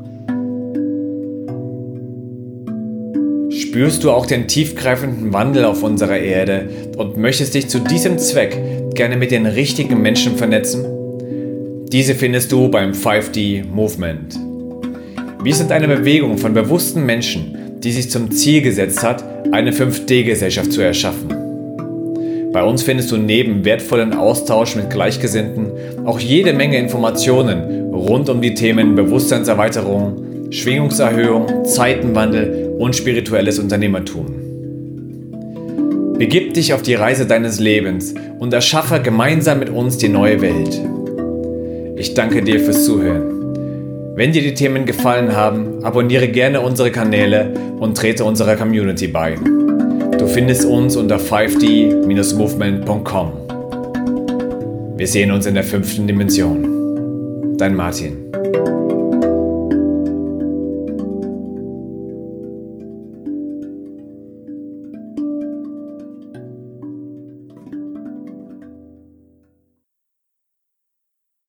Spürst du auch den tiefgreifenden Wandel auf unserer Erde und möchtest dich zu diesem Zweck gerne mit den richtigen Menschen vernetzen? Diese findest du beim 5D Movement. Wir sind eine Bewegung von bewussten Menschen, die sich zum Ziel gesetzt hat, eine 5D-Gesellschaft zu erschaffen. Bei uns findest du neben wertvollen Austausch mit Gleichgesinnten auch jede Menge Informationen rund um die Themen Bewusstseinserweiterung, Schwingungserhöhung, Zeitenwandel und spirituelles Unternehmertum. Begib dich auf die Reise deines Lebens und erschaffe gemeinsam mit uns die neue Welt. Ich danke dir fürs Zuhören. Wenn dir die Themen gefallen haben, abonniere gerne unsere Kanäle und trete unserer Community bei. Du findest uns unter 5d-movement.com. Wir sehen uns in der 5. Dimension. Dein Martin.